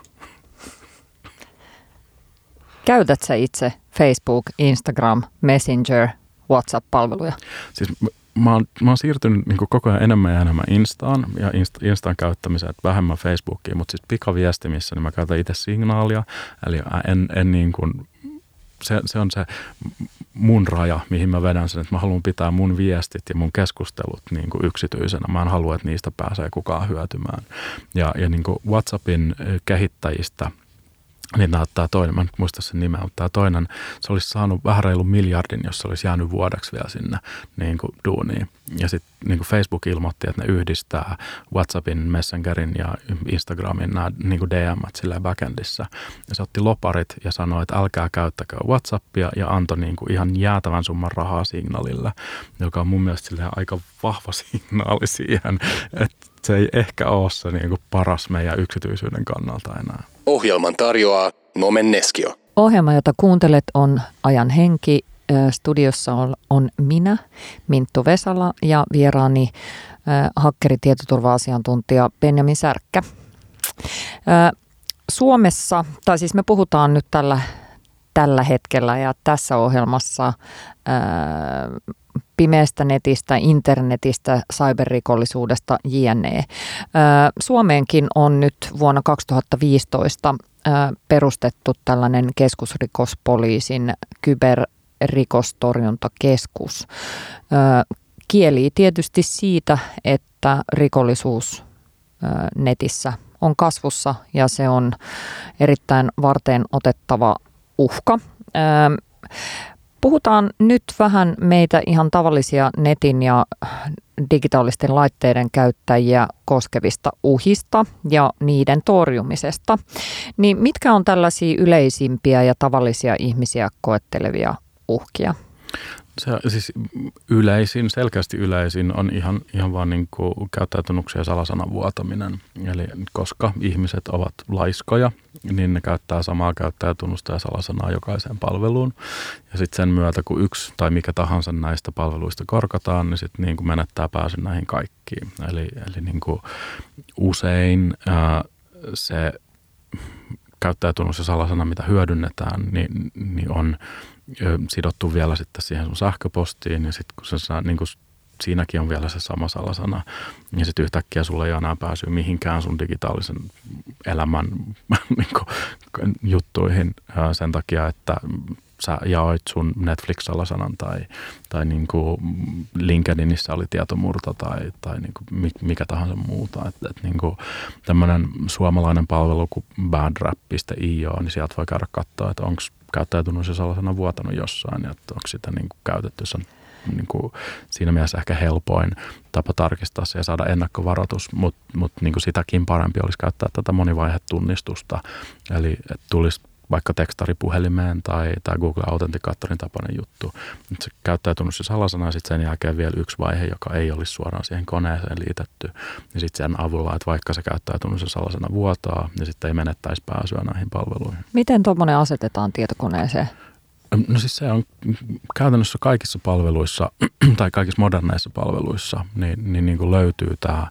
Käytät sä itse Facebook, Instagram, Messenger, WhatsApp-palveluja? Siis mä oon, mä oon siirtynyt niin kuin koko ajan enemmän ja enemmän Instaan ja Insta, Instaan käyttämiseen, että vähemmän Facebookiin, mutta siis pikaviestimissä niin mä käytän itse Signaalia, eli en, en niin kuin, se, se on se mun raja, mihin mä vedän sen, että mä haluan pitää mun viestit ja mun keskustelut niin kuin yksityisenä. Mä en halua, että niistä pääsee kukaan hyötymään. Ja, ja niin kuin WhatsAppin kehittäjistä, niin näyttää toinen, mä en muista sen nimeä, mutta tämä toinen, se olisi saanut vähän reilun miljardin, jos se olisi jäänyt vuodeksi vielä sinne niin kuin duuniin. Ja sitten niin kuin Facebook ilmoitti, että ne yhdistää WhatsAppin, Messengerin ja Instagramin nämä niin kuin D M:t silleen backendissä. Ja se otti loparit ja sanoi, että älkää käyttäkö WhatsAppia ja antoi niin kuin ihan jäätävän summan rahaa Signalille, joka on mun mielestä silleen aika vahva signaali siihen, että se ei ehkä ole se niin kuin paras meidän yksityisyyden kannalta enää. Ohjelman tarjoaa Nomen Neskio. Ohjelma, jota kuuntelet, on Ajan henki. Studiossa on, on minä, Minttu Vesala, ja vieraani äh, hakkeritietoturva-asiantuntija Benjamin Särkkä. Äh, Suomessa, tai siis me puhutaan nyt tällä, tällä hetkellä ja tässä ohjelmassa äh, pimeästä netistä, internetistä, cyberrikollisuudesta, jne. Suomeenkin on nyt vuonna kaksituhattaviisitoista perustettu tällainen keskusrikospoliisin kyberrikostorjuntakeskus. Kielii tietysti siitä, että rikollisuus netissä on kasvussa ja se on erittäin varteen otettava uhka. Puhutaan nyt vähän meitä ihan tavallisia netin ja digitaalisten laitteiden käyttäjiä koskevista uhista ja niiden torjumisesta. Niin mitkä on tällaisia yleisimpiä ja tavallisia ihmisiä koettelevia uhkia? Se siis yleisin, selkeästi yleisin on ihan, ihan vaan niin kuin käyttäytynnyksiä ja salasanan vuotaminen. Eli koska ihmiset ovat laiskoja, niin ne käyttää samaa käyttäjätunnusta ja salasanaa jokaiseen palveluun. Ja sitten sen myötä, kun yksi tai mikä tahansa näistä palveluista korkataan, niin sitten niin kuin menettää pääsyn näihin kaikkiin. Eli, eli niin kuin usein ää, se käyttäjätunnus ja salasana, mitä hyödynnetään, niin, niin on sidottu vielä sitten siihen sun sähköpostiin ja sitten kun se saa, niin kun siinäkin on vielä se sama salasana ja sitten yhtäkkiä sulla ei ole enää pääsyä mihinkään sun digitaalisen elämän niin kun, juttuihin sen takia, että sä jaoit sun Netflix-salasanan tai, tai niin kuin LinkedInissä oli tietomurto tai, tai niin kuin mikä tahansa muuta. Et, et niin kuin tämmöinen suomalainen palvelu kuin badrap piste i o, niin sieltä voi käydä katsoa, että onko käyttäjätunnus ja salasana vuotanut jossain ja onko sitä niin kuin käytetty. Se on niin kuin siinä mielessä ehkä helpoin tapa tarkistaa se ja saada ennakkovaroitus, mutta mut niin kuin sitäkin parempi olisi käyttää tätä monivaihetunnistusta. Eli että tulisi vaikka tekstaripuhelimeen tai, tai Google Authenticaatorin tapainen juttu. Nyt se käyttäjätunnus ja salasana ja sitten sen jälkeen vielä yksi vaihe, joka ei olisi suoraan siihen koneeseen liitetty. Ja sitten sen avulla, että vaikka se käyttäjätunnus ja salasana vuotaa, niin sitten ei menettäisi pääsyä näihin palveluihin. Miten tuommoinen asetetaan tietokoneeseen? No siis se on käytännössä kaikissa palveluissa tai kaikissa moderneissa palveluissa niin, niin, niin kuin löytyy tämä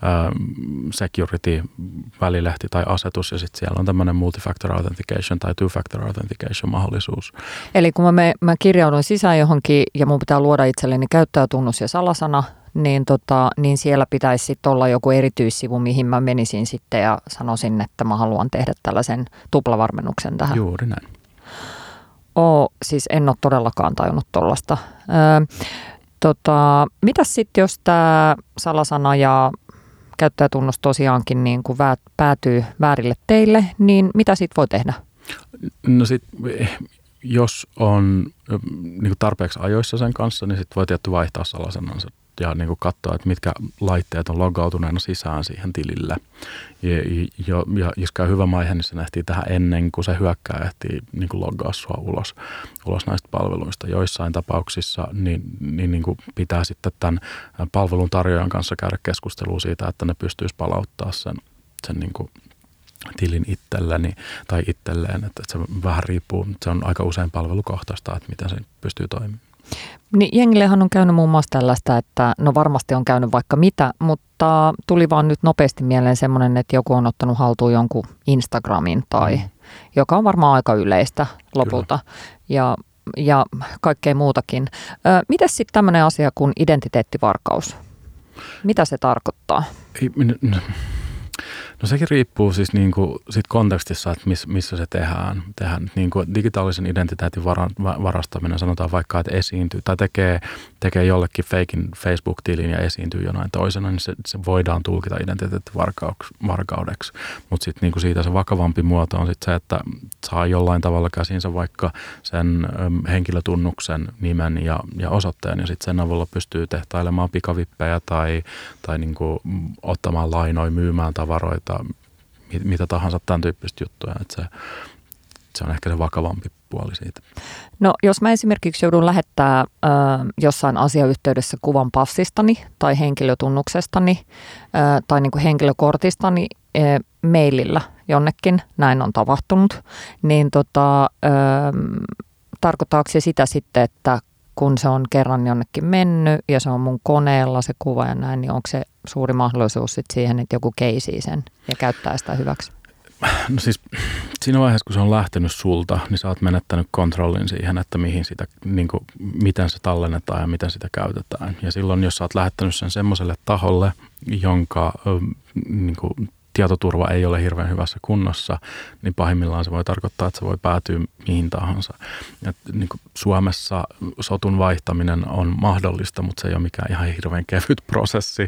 security-välilehti tai asetus ja sitten siellä on tämmöinen multifactor authentication tai two-factor authentication mahdollisuus. Eli kun mä, mä kirjaudun sisään johonkin ja mun pitää luoda itselleni käyttäjätunnus ja salasana, niin, tota, niin siellä pitäisi sitten olla joku erityissivu, mihin mä menisin sitten ja sanoisin, että mä haluan tehdä tällaisen tuplavarmennuksen tähän. Juuri näin. Oo, siis en ole todellakaan tajunnut tuollaista. Öö, tota, mitäs sitten, jos tämä salasana ja käyttäjätunnus tosiaankin niin kuin vä- päätyy väärille teille, niin mitä sitten voi tehdä? No sitten, jos on niin kuin tarpeeksi ajoissa sen kanssa, niin sitten voi tietty vaihtaa salasanansa ja niin kuin katsoa, että mitkä laitteet on loggautuneena sisään siihen tilille. Ja, ja, ja jos käy hyvä maihe, niin se ehtii tähän ennen kuin se hyökkää ehtii niin kuin loggaa sua ulos, ulos näistä palveluista. Joissain tapauksissa niin, niin, niin kuin pitää sitten tämän palvelun tarjoajan kanssa käydä keskustelua siitä, että ne pystyisi palauttaa sen, sen niin kuin tilin itselleni tai itselleen. Että se vähän riippuu, se on aika usein palvelukohtaista, että miten se pystyy toimimaan. Niin jengillehän on käynyt muun muassa tällaista, että no varmasti on käynyt vaikka mitä, mutta tuli vaan nyt nopeasti mieleen semmoinen, että joku on ottanut haltuun jonkun Instagramin tai, mm. joka on varmaan aika yleistä lopulta ja, ja kaikkea muutakin. Ö, mitäs sitten tämmöinen asia kuin identiteettivarkaus? Mitä se tarkoittaa? Ei, no, no sekin riippuu siis niinku siitä kontekstissa, että miss, missä se tehdään. tehdään niinku digitaalisen identiteetin vara, varastaminen, sanotaan vaikka, että esiintyy tai tekee, tekee jollekin fakein Facebook-tilin ja esiintyy jonain toisena, niin se, se voidaan tulkita identiteettivarkaudeksi. Mutta sitten niinku siitä se vakavampi muoto on sit se, että saa jollain tavalla käsinsä vaikka sen henkilötunnuksen, nimen ja, ja osoitteen, ja sitten sen avulla pystyy tehtailemaan pikavippejä tai, tai niinku ottamaan lainoja, myymään tavaroita, mitä tahansa tämän tyyppistä juttuja. Että se, se on ehkä se vakavampi puoli siitä. No jos mä esimerkiksi joudun lähettää ö, jossain asiayhteydessä kuvan passistani tai henkilötunnuksestani ö, tai niin kuin henkilökortistani ö, mailillä jonnekin, näin on tapahtunut, niin tota, ö, tarkoittaako se sitä sitten, että kun se on kerran jonnekin mennyt ja se on mun koneella se kuva ja näin, niin onko se suuri mahdollisuus sit siihen, että joku keisii sen ja käyttää sitä hyväksi? No siis siinä vaiheessa, kun se on lähtenyt sulta, niin sä oot menettänyt kontrollin siihen, että mihin sitä, niin kuin, miten se tallennetaan ja miten sitä käytetään. Ja silloin, jos sä oot lähettänyt sen semmoiselle taholle, jonka niin kuin, tietoturva ei ole hirveän hyvässä kunnossa, niin pahimmillaan se voi tarkoittaa, että se voi päätyä mihin tahansa. Et, niin kuin Suomessa sotun vaihtaminen on mahdollista, mutta se ei ole mikään ihan hirveän kevyt prosessi.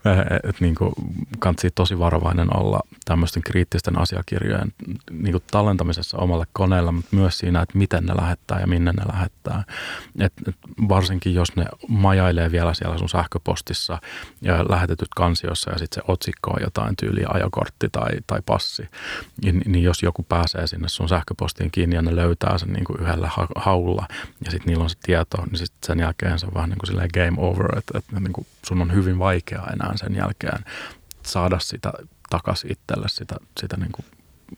Et, niin kuin, kannattaa tosi varovainen olla tämmöisten kriittisten asiakirjojen niin kuin tallentamisessa omalle koneelle, mutta myös siinä, että miten ne lähettää ja minne ne lähettää. Et, et varsinkin jos ne majailee vielä siellä sun sähköpostissa ja lähetetyt kansiossa ja sitten se otsikko on jotain tyyliä ajokortti tai, tai passi, niin, niin jos joku pääsee sinne sun sähköpostiin kiinni ja ne löytää sen niin kuin yhdellä haulla ja sitten niillä on se tieto, niin sitten sen jälkeen se on vähän niin kuin silleen game over, että, että niin kuin sun on hyvin vaikea enää sen jälkeen saada sitä takaisin itselle, sitä, sitä niin kuin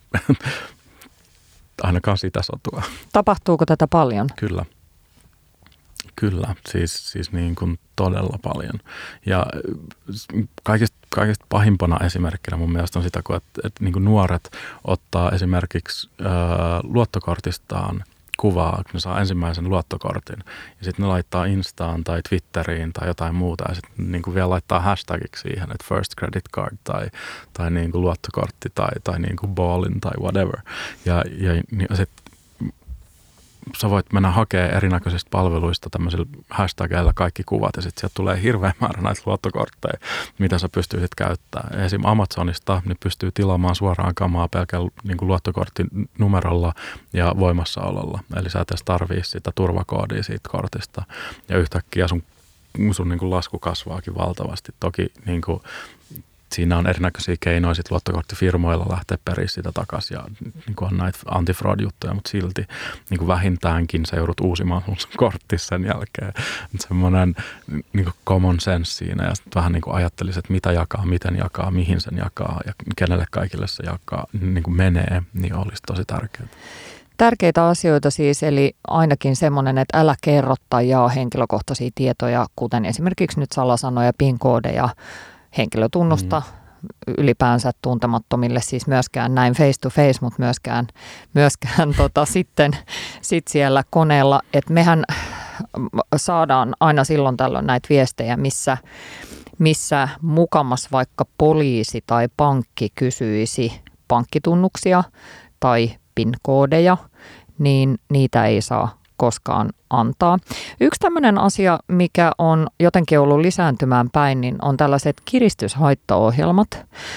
ainakaan sitä sotua. Tapahtuuko tätä paljon? Kyllä. Kyllä, siis, siis niin kuin todella paljon. Ja kaikista, kaikista pahimpana esimerkkinä mun mielestä on sitä, kun että, että niin kuin nuoret ottaa esimerkiksi ää, luottokortistaan kuvaa, kun ne saa ensimmäisen luottokortin ja sitten ne laittaa Instaan tai Twitteriin tai jotain muuta ja sitten niin kuin vielä laittaa hashtagiksi siihen, että first credit card tai, tai niin kuin luottokortti tai, tai niin kuin ballin tai whatever. Ja, ja sitten sä voit mennä hakemaan erinäköisistä palveluista tämmöisillä hashtageilla kaikki kuvat ja sitten sieltä tulee hirveä määrä näitä luottokortteja, mitä sä pystyisit käyttämään. Esimerkiksi Amazonista niin pystyy tilaamaan suoraan kamaa pelkällä niin kuin luottokortin numerolla ja voimassaololla. Eli sä et edes tarvii sitä turvakoodia siitä kortista ja yhtäkkiä sun, sun niin kuin lasku kasvaakin valtavasti. Toki niin kuin siinä on erinäköisiä keinoja sit luottokorttifirmoilla lähteä periä sitä takaisin ja niin kuin on näitä antifraud-juttuja, mutta silti niin kuin vähintäänkin sä joudut uusimaan sun kortti sen jälkeen. Semmoinen niin kuin common sense siinä ja sitten vähän niin kuin ajattelisit, että mitä jakaa, miten jakaa, mihin sen jakaa ja kenelle kaikille se jakaa, niin kuin menee, niin olisi tosi tärkeää. Tärkeitä asioita siis, eli ainakin semmoinen, että älä kerro tai jaa henkilökohtaisia tietoja, kuten esimerkiksi nyt salasanoja, PIN-koodeja, henkilötunnusta mm. ylipäänsä tuntemattomille, siis myöskään näin face to face, mutta myöskään, myöskään tota, sitten sit siellä koneella, että mehän saadaan aina silloin tällöin näitä viestejä, missä, missä mukamas vaikka poliisi tai pankki kysyisi pankkitunnuksia tai PIN-koodeja, niin niitä ei saa koskaan antaa. Yksi tämmöinen asia, mikä on jotenkin ollut lisääntymään päin, niin on tällaiset kiristyshaittaohjelmat.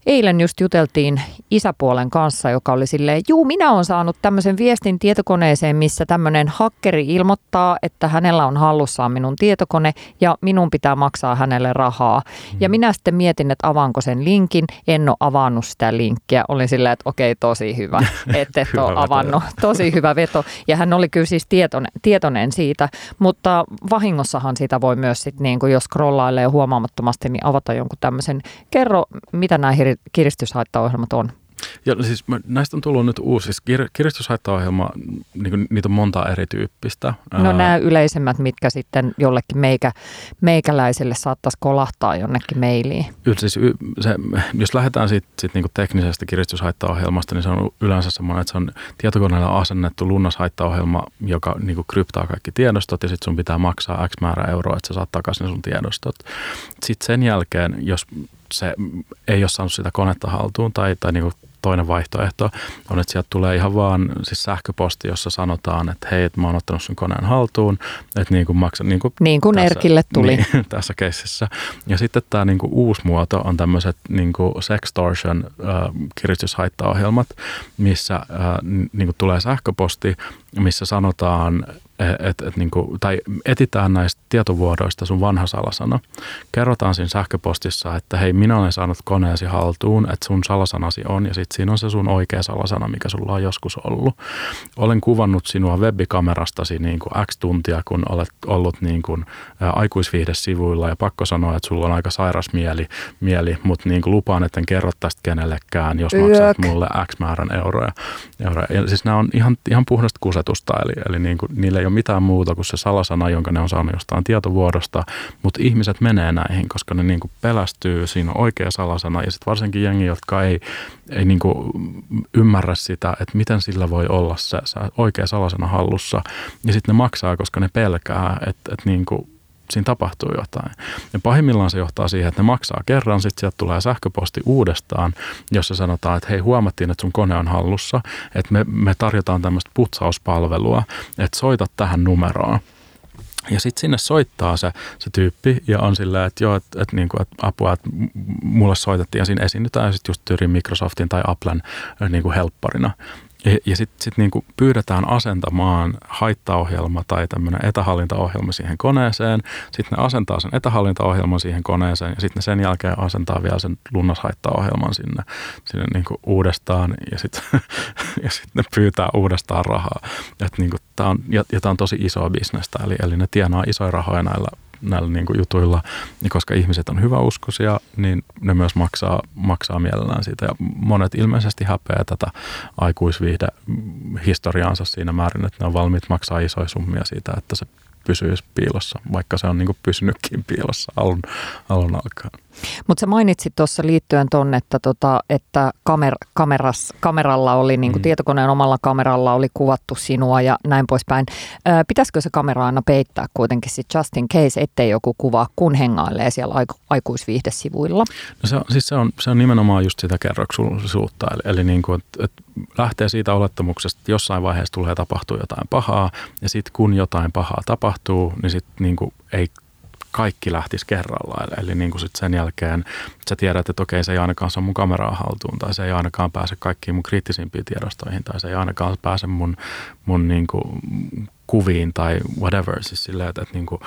eilen just juteltiin isäpuolen kanssa, joka oli silleen, juu, minä olen saanut tämmöisen viestin tietokoneeseen, missä tämmöinen hakkeri ilmoittaa, että hänellä on hallussaan minun tietokone ja minun pitää maksaa hänelle rahaa. Mm. Ja minä sitten mietin, että avaanko sen linkin. En ole avannut sitä linkkiä. Olin silleen, että okei, tosi hyvä, että et ole avannut. Tosi hyvä veto. Ja hän oli kyllä siis tietoinen, tietoinen siitä, mutta vahingossahan sitä voi myös sitten, niin kuin jos scrollailee huomaamattomasti, niin avata jonkun tämmöisen. Kerro, mitä nämä kiristyshaittaohjelmat on? Ja siis näistä on tullut nyt uusi, siis kir- kiristyshaittaohjelma, niin niitä on monta erityyppistä. No nämä yleisemmät, mitkä sitten jollekin meikä, meikäläiselle saattaisi kolahtaa jonnekin mailiin. Siis se, jos lähdetään siitä, siitä niin teknisestä kiristyshaittaohjelmasta, niin se on yleensä semmoinen, että se on tietokoneella asennettu lunnashaittaohjelma, joka niin kuin kryptaa kaikki tiedostot ja sitten sun pitää maksaa X määrä euroa, että sä saat takaisin sun tiedostot. Sitten sen jälkeen, jos se ei ole saanut sitä konetta haltuun tai, tai niin kuin toinen vaihtoehto on, että sieltä tulee ihan vaan siis sähköposti, jossa sanotaan, että hei, että mä oon ottanut sun koneen haltuun, että niin kuin maksa, niin kuin, niin kuin tässä, Erkille tuli. Niin, tässä keississä. Ja sitten tämä niin kuin uusi muoto on tämmöiset niin kuin sextortion äh, kiristyshaittaohjelmat, missä äh, niin kuin tulee sähköposti, missä sanotaan, et, et, niin kuin, tai etitään näistä tietovuodoista sun vanha salasana. Kerrotaan siinä sähköpostissa, että hei, minä olen saanut koneesi haltuun, että sun salasanasi on, ja sitten siinä on se sun oikea salasana, mikä sulla on joskus ollut. Olen kuvannut sinua webikamerastasi niin kuin X tuntia, kun olet ollut niin kuin ä, aikuisviihdesivuilla, ja pakko sanoa, että sulla on aika sairas mieli, mieli mutta niin kuin lupaan, että en kerro tästä kenellekään, jos maksat mulle X määrän euroja. euroja. Ja siis nämä on ihan, ihan puhdasta kusetusta, eli, eli niin kuin, niille ei ole mitään muuta kuin se salasana, jonka ne on saanut jostain tietovuodosta, mutta ihmiset menee näihin, koska ne niin kuin pelästyy, siinä on oikea salasana, ja sitten varsinkin jengi, jotka ei, ei niin kuin ymmärrä sitä, että miten sillä voi olla se, se oikea salasana hallussa, ja sitten ne maksaa, koska ne pelkää, että, että niin kuin siinä tapahtuu jotain. Ja pahimmillaan se johtaa siihen, että ne maksaa kerran, sitten sieltä tulee sähköposti uudestaan, jossa sanotaan, että hei, huomattiin, että sun kone on hallussa, että me, me tarjotaan tämmöistä putsauspalvelua, että soita tähän numeroon. Ja sitten sinne soittaa se, se tyyppi ja on silleen, että joo, että, että, että, että apua, että mulle soitettiin ja siinä esiinnytään sitten just tyyliin Microsoftin tai Applen niin kuin helpparina. Ja, ja sitten sit niinku pyydetään asentamaan haittaohjelma tai tämmöinen etähallintaohjelma siihen koneeseen. Sitten ne asentaa sen etähallintaohjelman siihen koneeseen ja sitten ne sen jälkeen asentaa vielä sen lunnashaittaohjelman sinne, sinne niinku uudestaan ja sitten ja sit ne pyytää uudestaan rahaa. Et niinku tää on, ja, ja tämä on tosi isoa bisnestä, eli, eli ne tienaa isoja rahoja näillä näillä niin kuin jutuilla, niin koska ihmiset on hyväuskoisia, niin ne myös maksaa, maksaa mielellään siitä. Ja monet ilmeisesti häpeää tätä aikuisviihdehistoriaansa siinä määrin, että ne on valmiit maksaa isoja summia siitä, että se pysyisi piilossa, vaikka se on niin kuin pysynytkin piilossa alun, alun alkaen. Mutta sä mainitsit tuossa liittyen tuonne, että, tota, että kamer, kameras, kameralla oli, niin kuin mm. tietokoneen omalla kameralla oli kuvattu sinua ja näin poispäin. Ää, pitäisikö se kamera aina peittää kuitenkin sit just in case, ettei joku kuvaa, kun hengailee siellä aiku, aikuisviihdesivuilla? No se on, siis se on, se on nimenomaan just sitä kerroksuutta, eli, eli niin kuin, että, että lähtee siitä olettamuksesta, että jossain vaiheessa tulee tapahtua jotain pahaa, ja sitten kun jotain pahaa tapahtuu, niin sitten niin kuin ei kaikki lähtisi kerrallaan. Eli niin kuin sit sen jälkeen sä tiedät, että okei, se ei ainakaan saa mun kameraa haltuun, tai se ei ainakaan pääse kaikkiin mun kriittisimpiin tiedostoihin, tai se ei ainakaan pääse mun, mun niin kuin kuviin tai whatever. Siis silleen, että, että niin kuin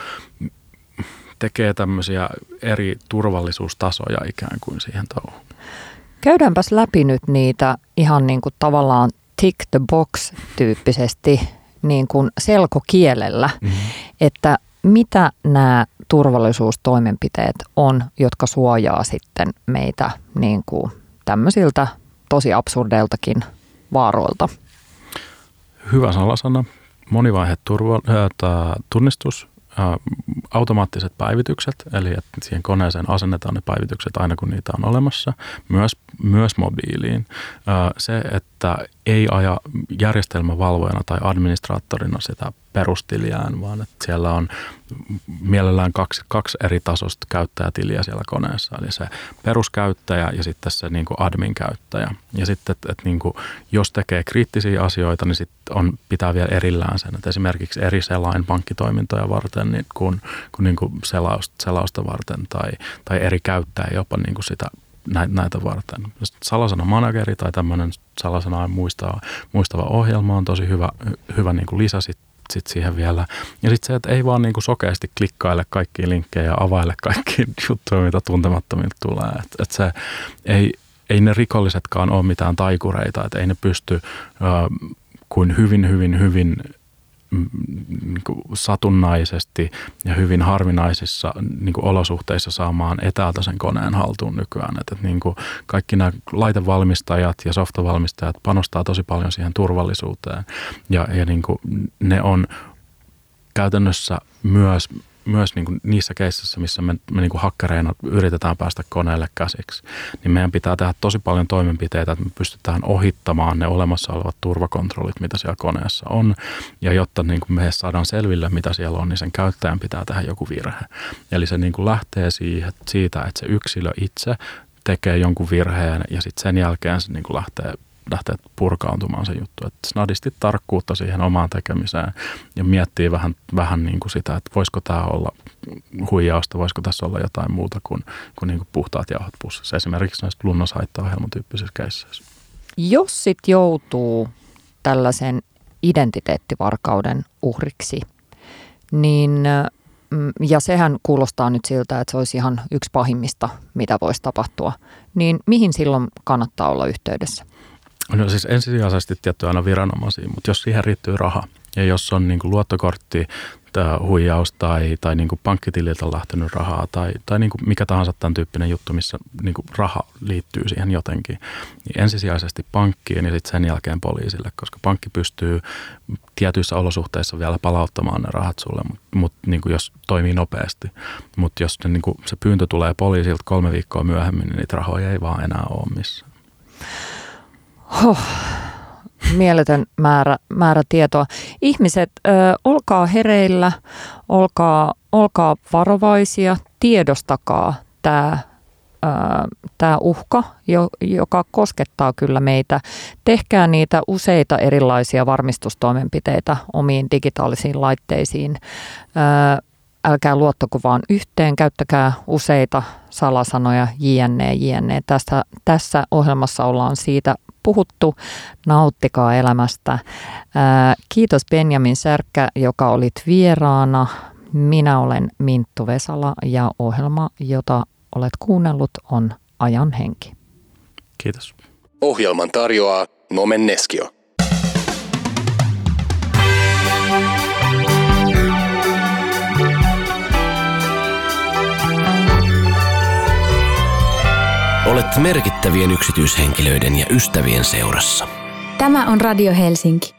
tekee tämmöisiä eri turvallisuustasoja ikään kuin siihen touhuun. Käydäänpäs läpi nyt niitä ihan niin kuin tavallaan tick the box tyyppisesti niin kuin selkokielellä, mm-hmm. että mitä nämä turvallisuustoimenpiteet on, jotka suojaa sitten meitä niin kuin tämmöisiltä tosi absurdeiltakin vaaroilta? Hyvä salasana, monivaihe turva, äh, tunnistus, äh, automaattiset päivitykset, eli että siihen koneeseen asennetaan ne päivitykset aina kun niitä on olemassa, myös, myös mobiiliin. Äh, se, että ei aja järjestelmävalvojana tai administraattorina sitä perustiliään, vaan että siellä on mielellään kaksi, kaksi eri tasosta käyttäjätiliä siellä koneessa. Eli se peruskäyttäjä ja sitten se niin kuin admin-käyttäjä. Ja sitten, että, että niin kuin, jos tekee kriittisiä asioita, niin sitten on, pitää vielä erillään sen. Että esimerkiksi eri selain pankkitoimintoja varten niin kuin, kuin, niin kuin selausta, selausta varten tai, tai eri käyttäjä jopa niin kuin sitä näitä varten. Salasana manageri tai tämmöinen salasanaa muistava, muistava ohjelma on tosi hyvä, hyvä niin kuin lisä sit, sit siihen vielä. Ja sitten se, että ei vaan niin kuin sokeasti klikkaile kaikkia linkkejä ja availe kaikkia juttuja, mitä tuntemattomilta tulee. Että et se ei, ei ne rikollisetkaan ole mitään taikureita, että ei ne pysty ö, kuin hyvin, hyvin, hyvin niin kuin satunnaisesti ja hyvin harvinaisissa niin kuin olosuhteissa saamaan etäältä sen koneen haltuun nykyään. Että, että niin kuin kaikki nämä laitevalmistajat ja softavalmistajat panostaa tosi paljon siihen turvallisuuteen ja, ja niin kuin ne on käytännössä myös myös niin kuin niissä keisseissä, missä me, me niin kuin hakkereina yritetään päästä koneelle käsiksi, niin meidän pitää tehdä tosi paljon toimenpiteitä, että me pystytään ohittamaan ne olemassa olevat turvakontrollit, mitä siellä koneessa on. Ja jotta niin kuin me saadaan selville, mitä siellä on, niin sen käyttäjän pitää tehdä joku virhe. Eli se niin kuin lähtee siihen, siitä, että se yksilö itse tekee jonkun virheen ja sitten sen jälkeen se niin kuin lähtee lähtee purkaantumaan se juttu. Että snadisti tarkkuutta siihen omaan tekemiseen ja miettii vähän, vähän niin kuin sitä, että voisiko tämä olla huijausta, voisiko tässä olla jotain muuta kuin, kuin, niin kuin puhtaat jauhot pussissa. Esimerkiksi näissä lunnashaittaohjelman tyyppisissä keisseissä. Jos sit joutuu tällaisen identiteettivarkauden uhriksi, niin ja sehän kuulostaa nyt siltä, että se olisi ihan yksi pahimmista, mitä voisi tapahtua, niin mihin silloin kannattaa olla yhteydessä? No siis ensisijaisesti tietty aina viranomaisiin, mutta jos siihen riittyy raha ja jos on niin kuin luottokortti, huijaus tai, tai niin kuin pankkitililtä on lähtenyt rahaa tai, tai niin kuin mikä tahansa tämän tyyppinen juttu, missä niin kuin raha liittyy siihen jotenkin, niin ensisijaisesti pankkiin ja sitten sen jälkeen poliisille, koska pankki pystyy tietyissä olosuhteissa vielä palauttamaan ne rahat sulle, mutta mut, niin kuin jos toimii nopeasti. Mutta jos ne, niin kuin se pyyntö tulee poliisilta kolme viikkoa myöhemmin, niin niitä rahoja ei vaan enää ole missään. Huh. Mieletön määrä, määrä tietoa. Ihmiset, ö, olkaa hereillä, olkaa, olkaa varovaisia, tiedostakaa tämä tämä uhka, jo, joka koskettaa kyllä meitä. Tehkää niitä useita erilaisia varmistustoimenpiteitä omiin digitaalisiin laitteisiin. Ö, älkää luottako vaan yhteen, käyttäkää useita salasanoja, jne, jne. Tässä, tässä ohjelmassa ollaan siitä puhuttu. Nauttikaa elämästä. Ää, kiitos Benjamin Särkkä, joka olit vieraana. Minä olen Minttu Vesala ja ohjelma, jota olet kuunnellut, on Ajan henki. Kiitos. Ohjelman tarjoaa Nomen Neskio. Olet merkittävien yksityishenkilöiden ja ystävien seurassa. Tämä on Radio Helsinki.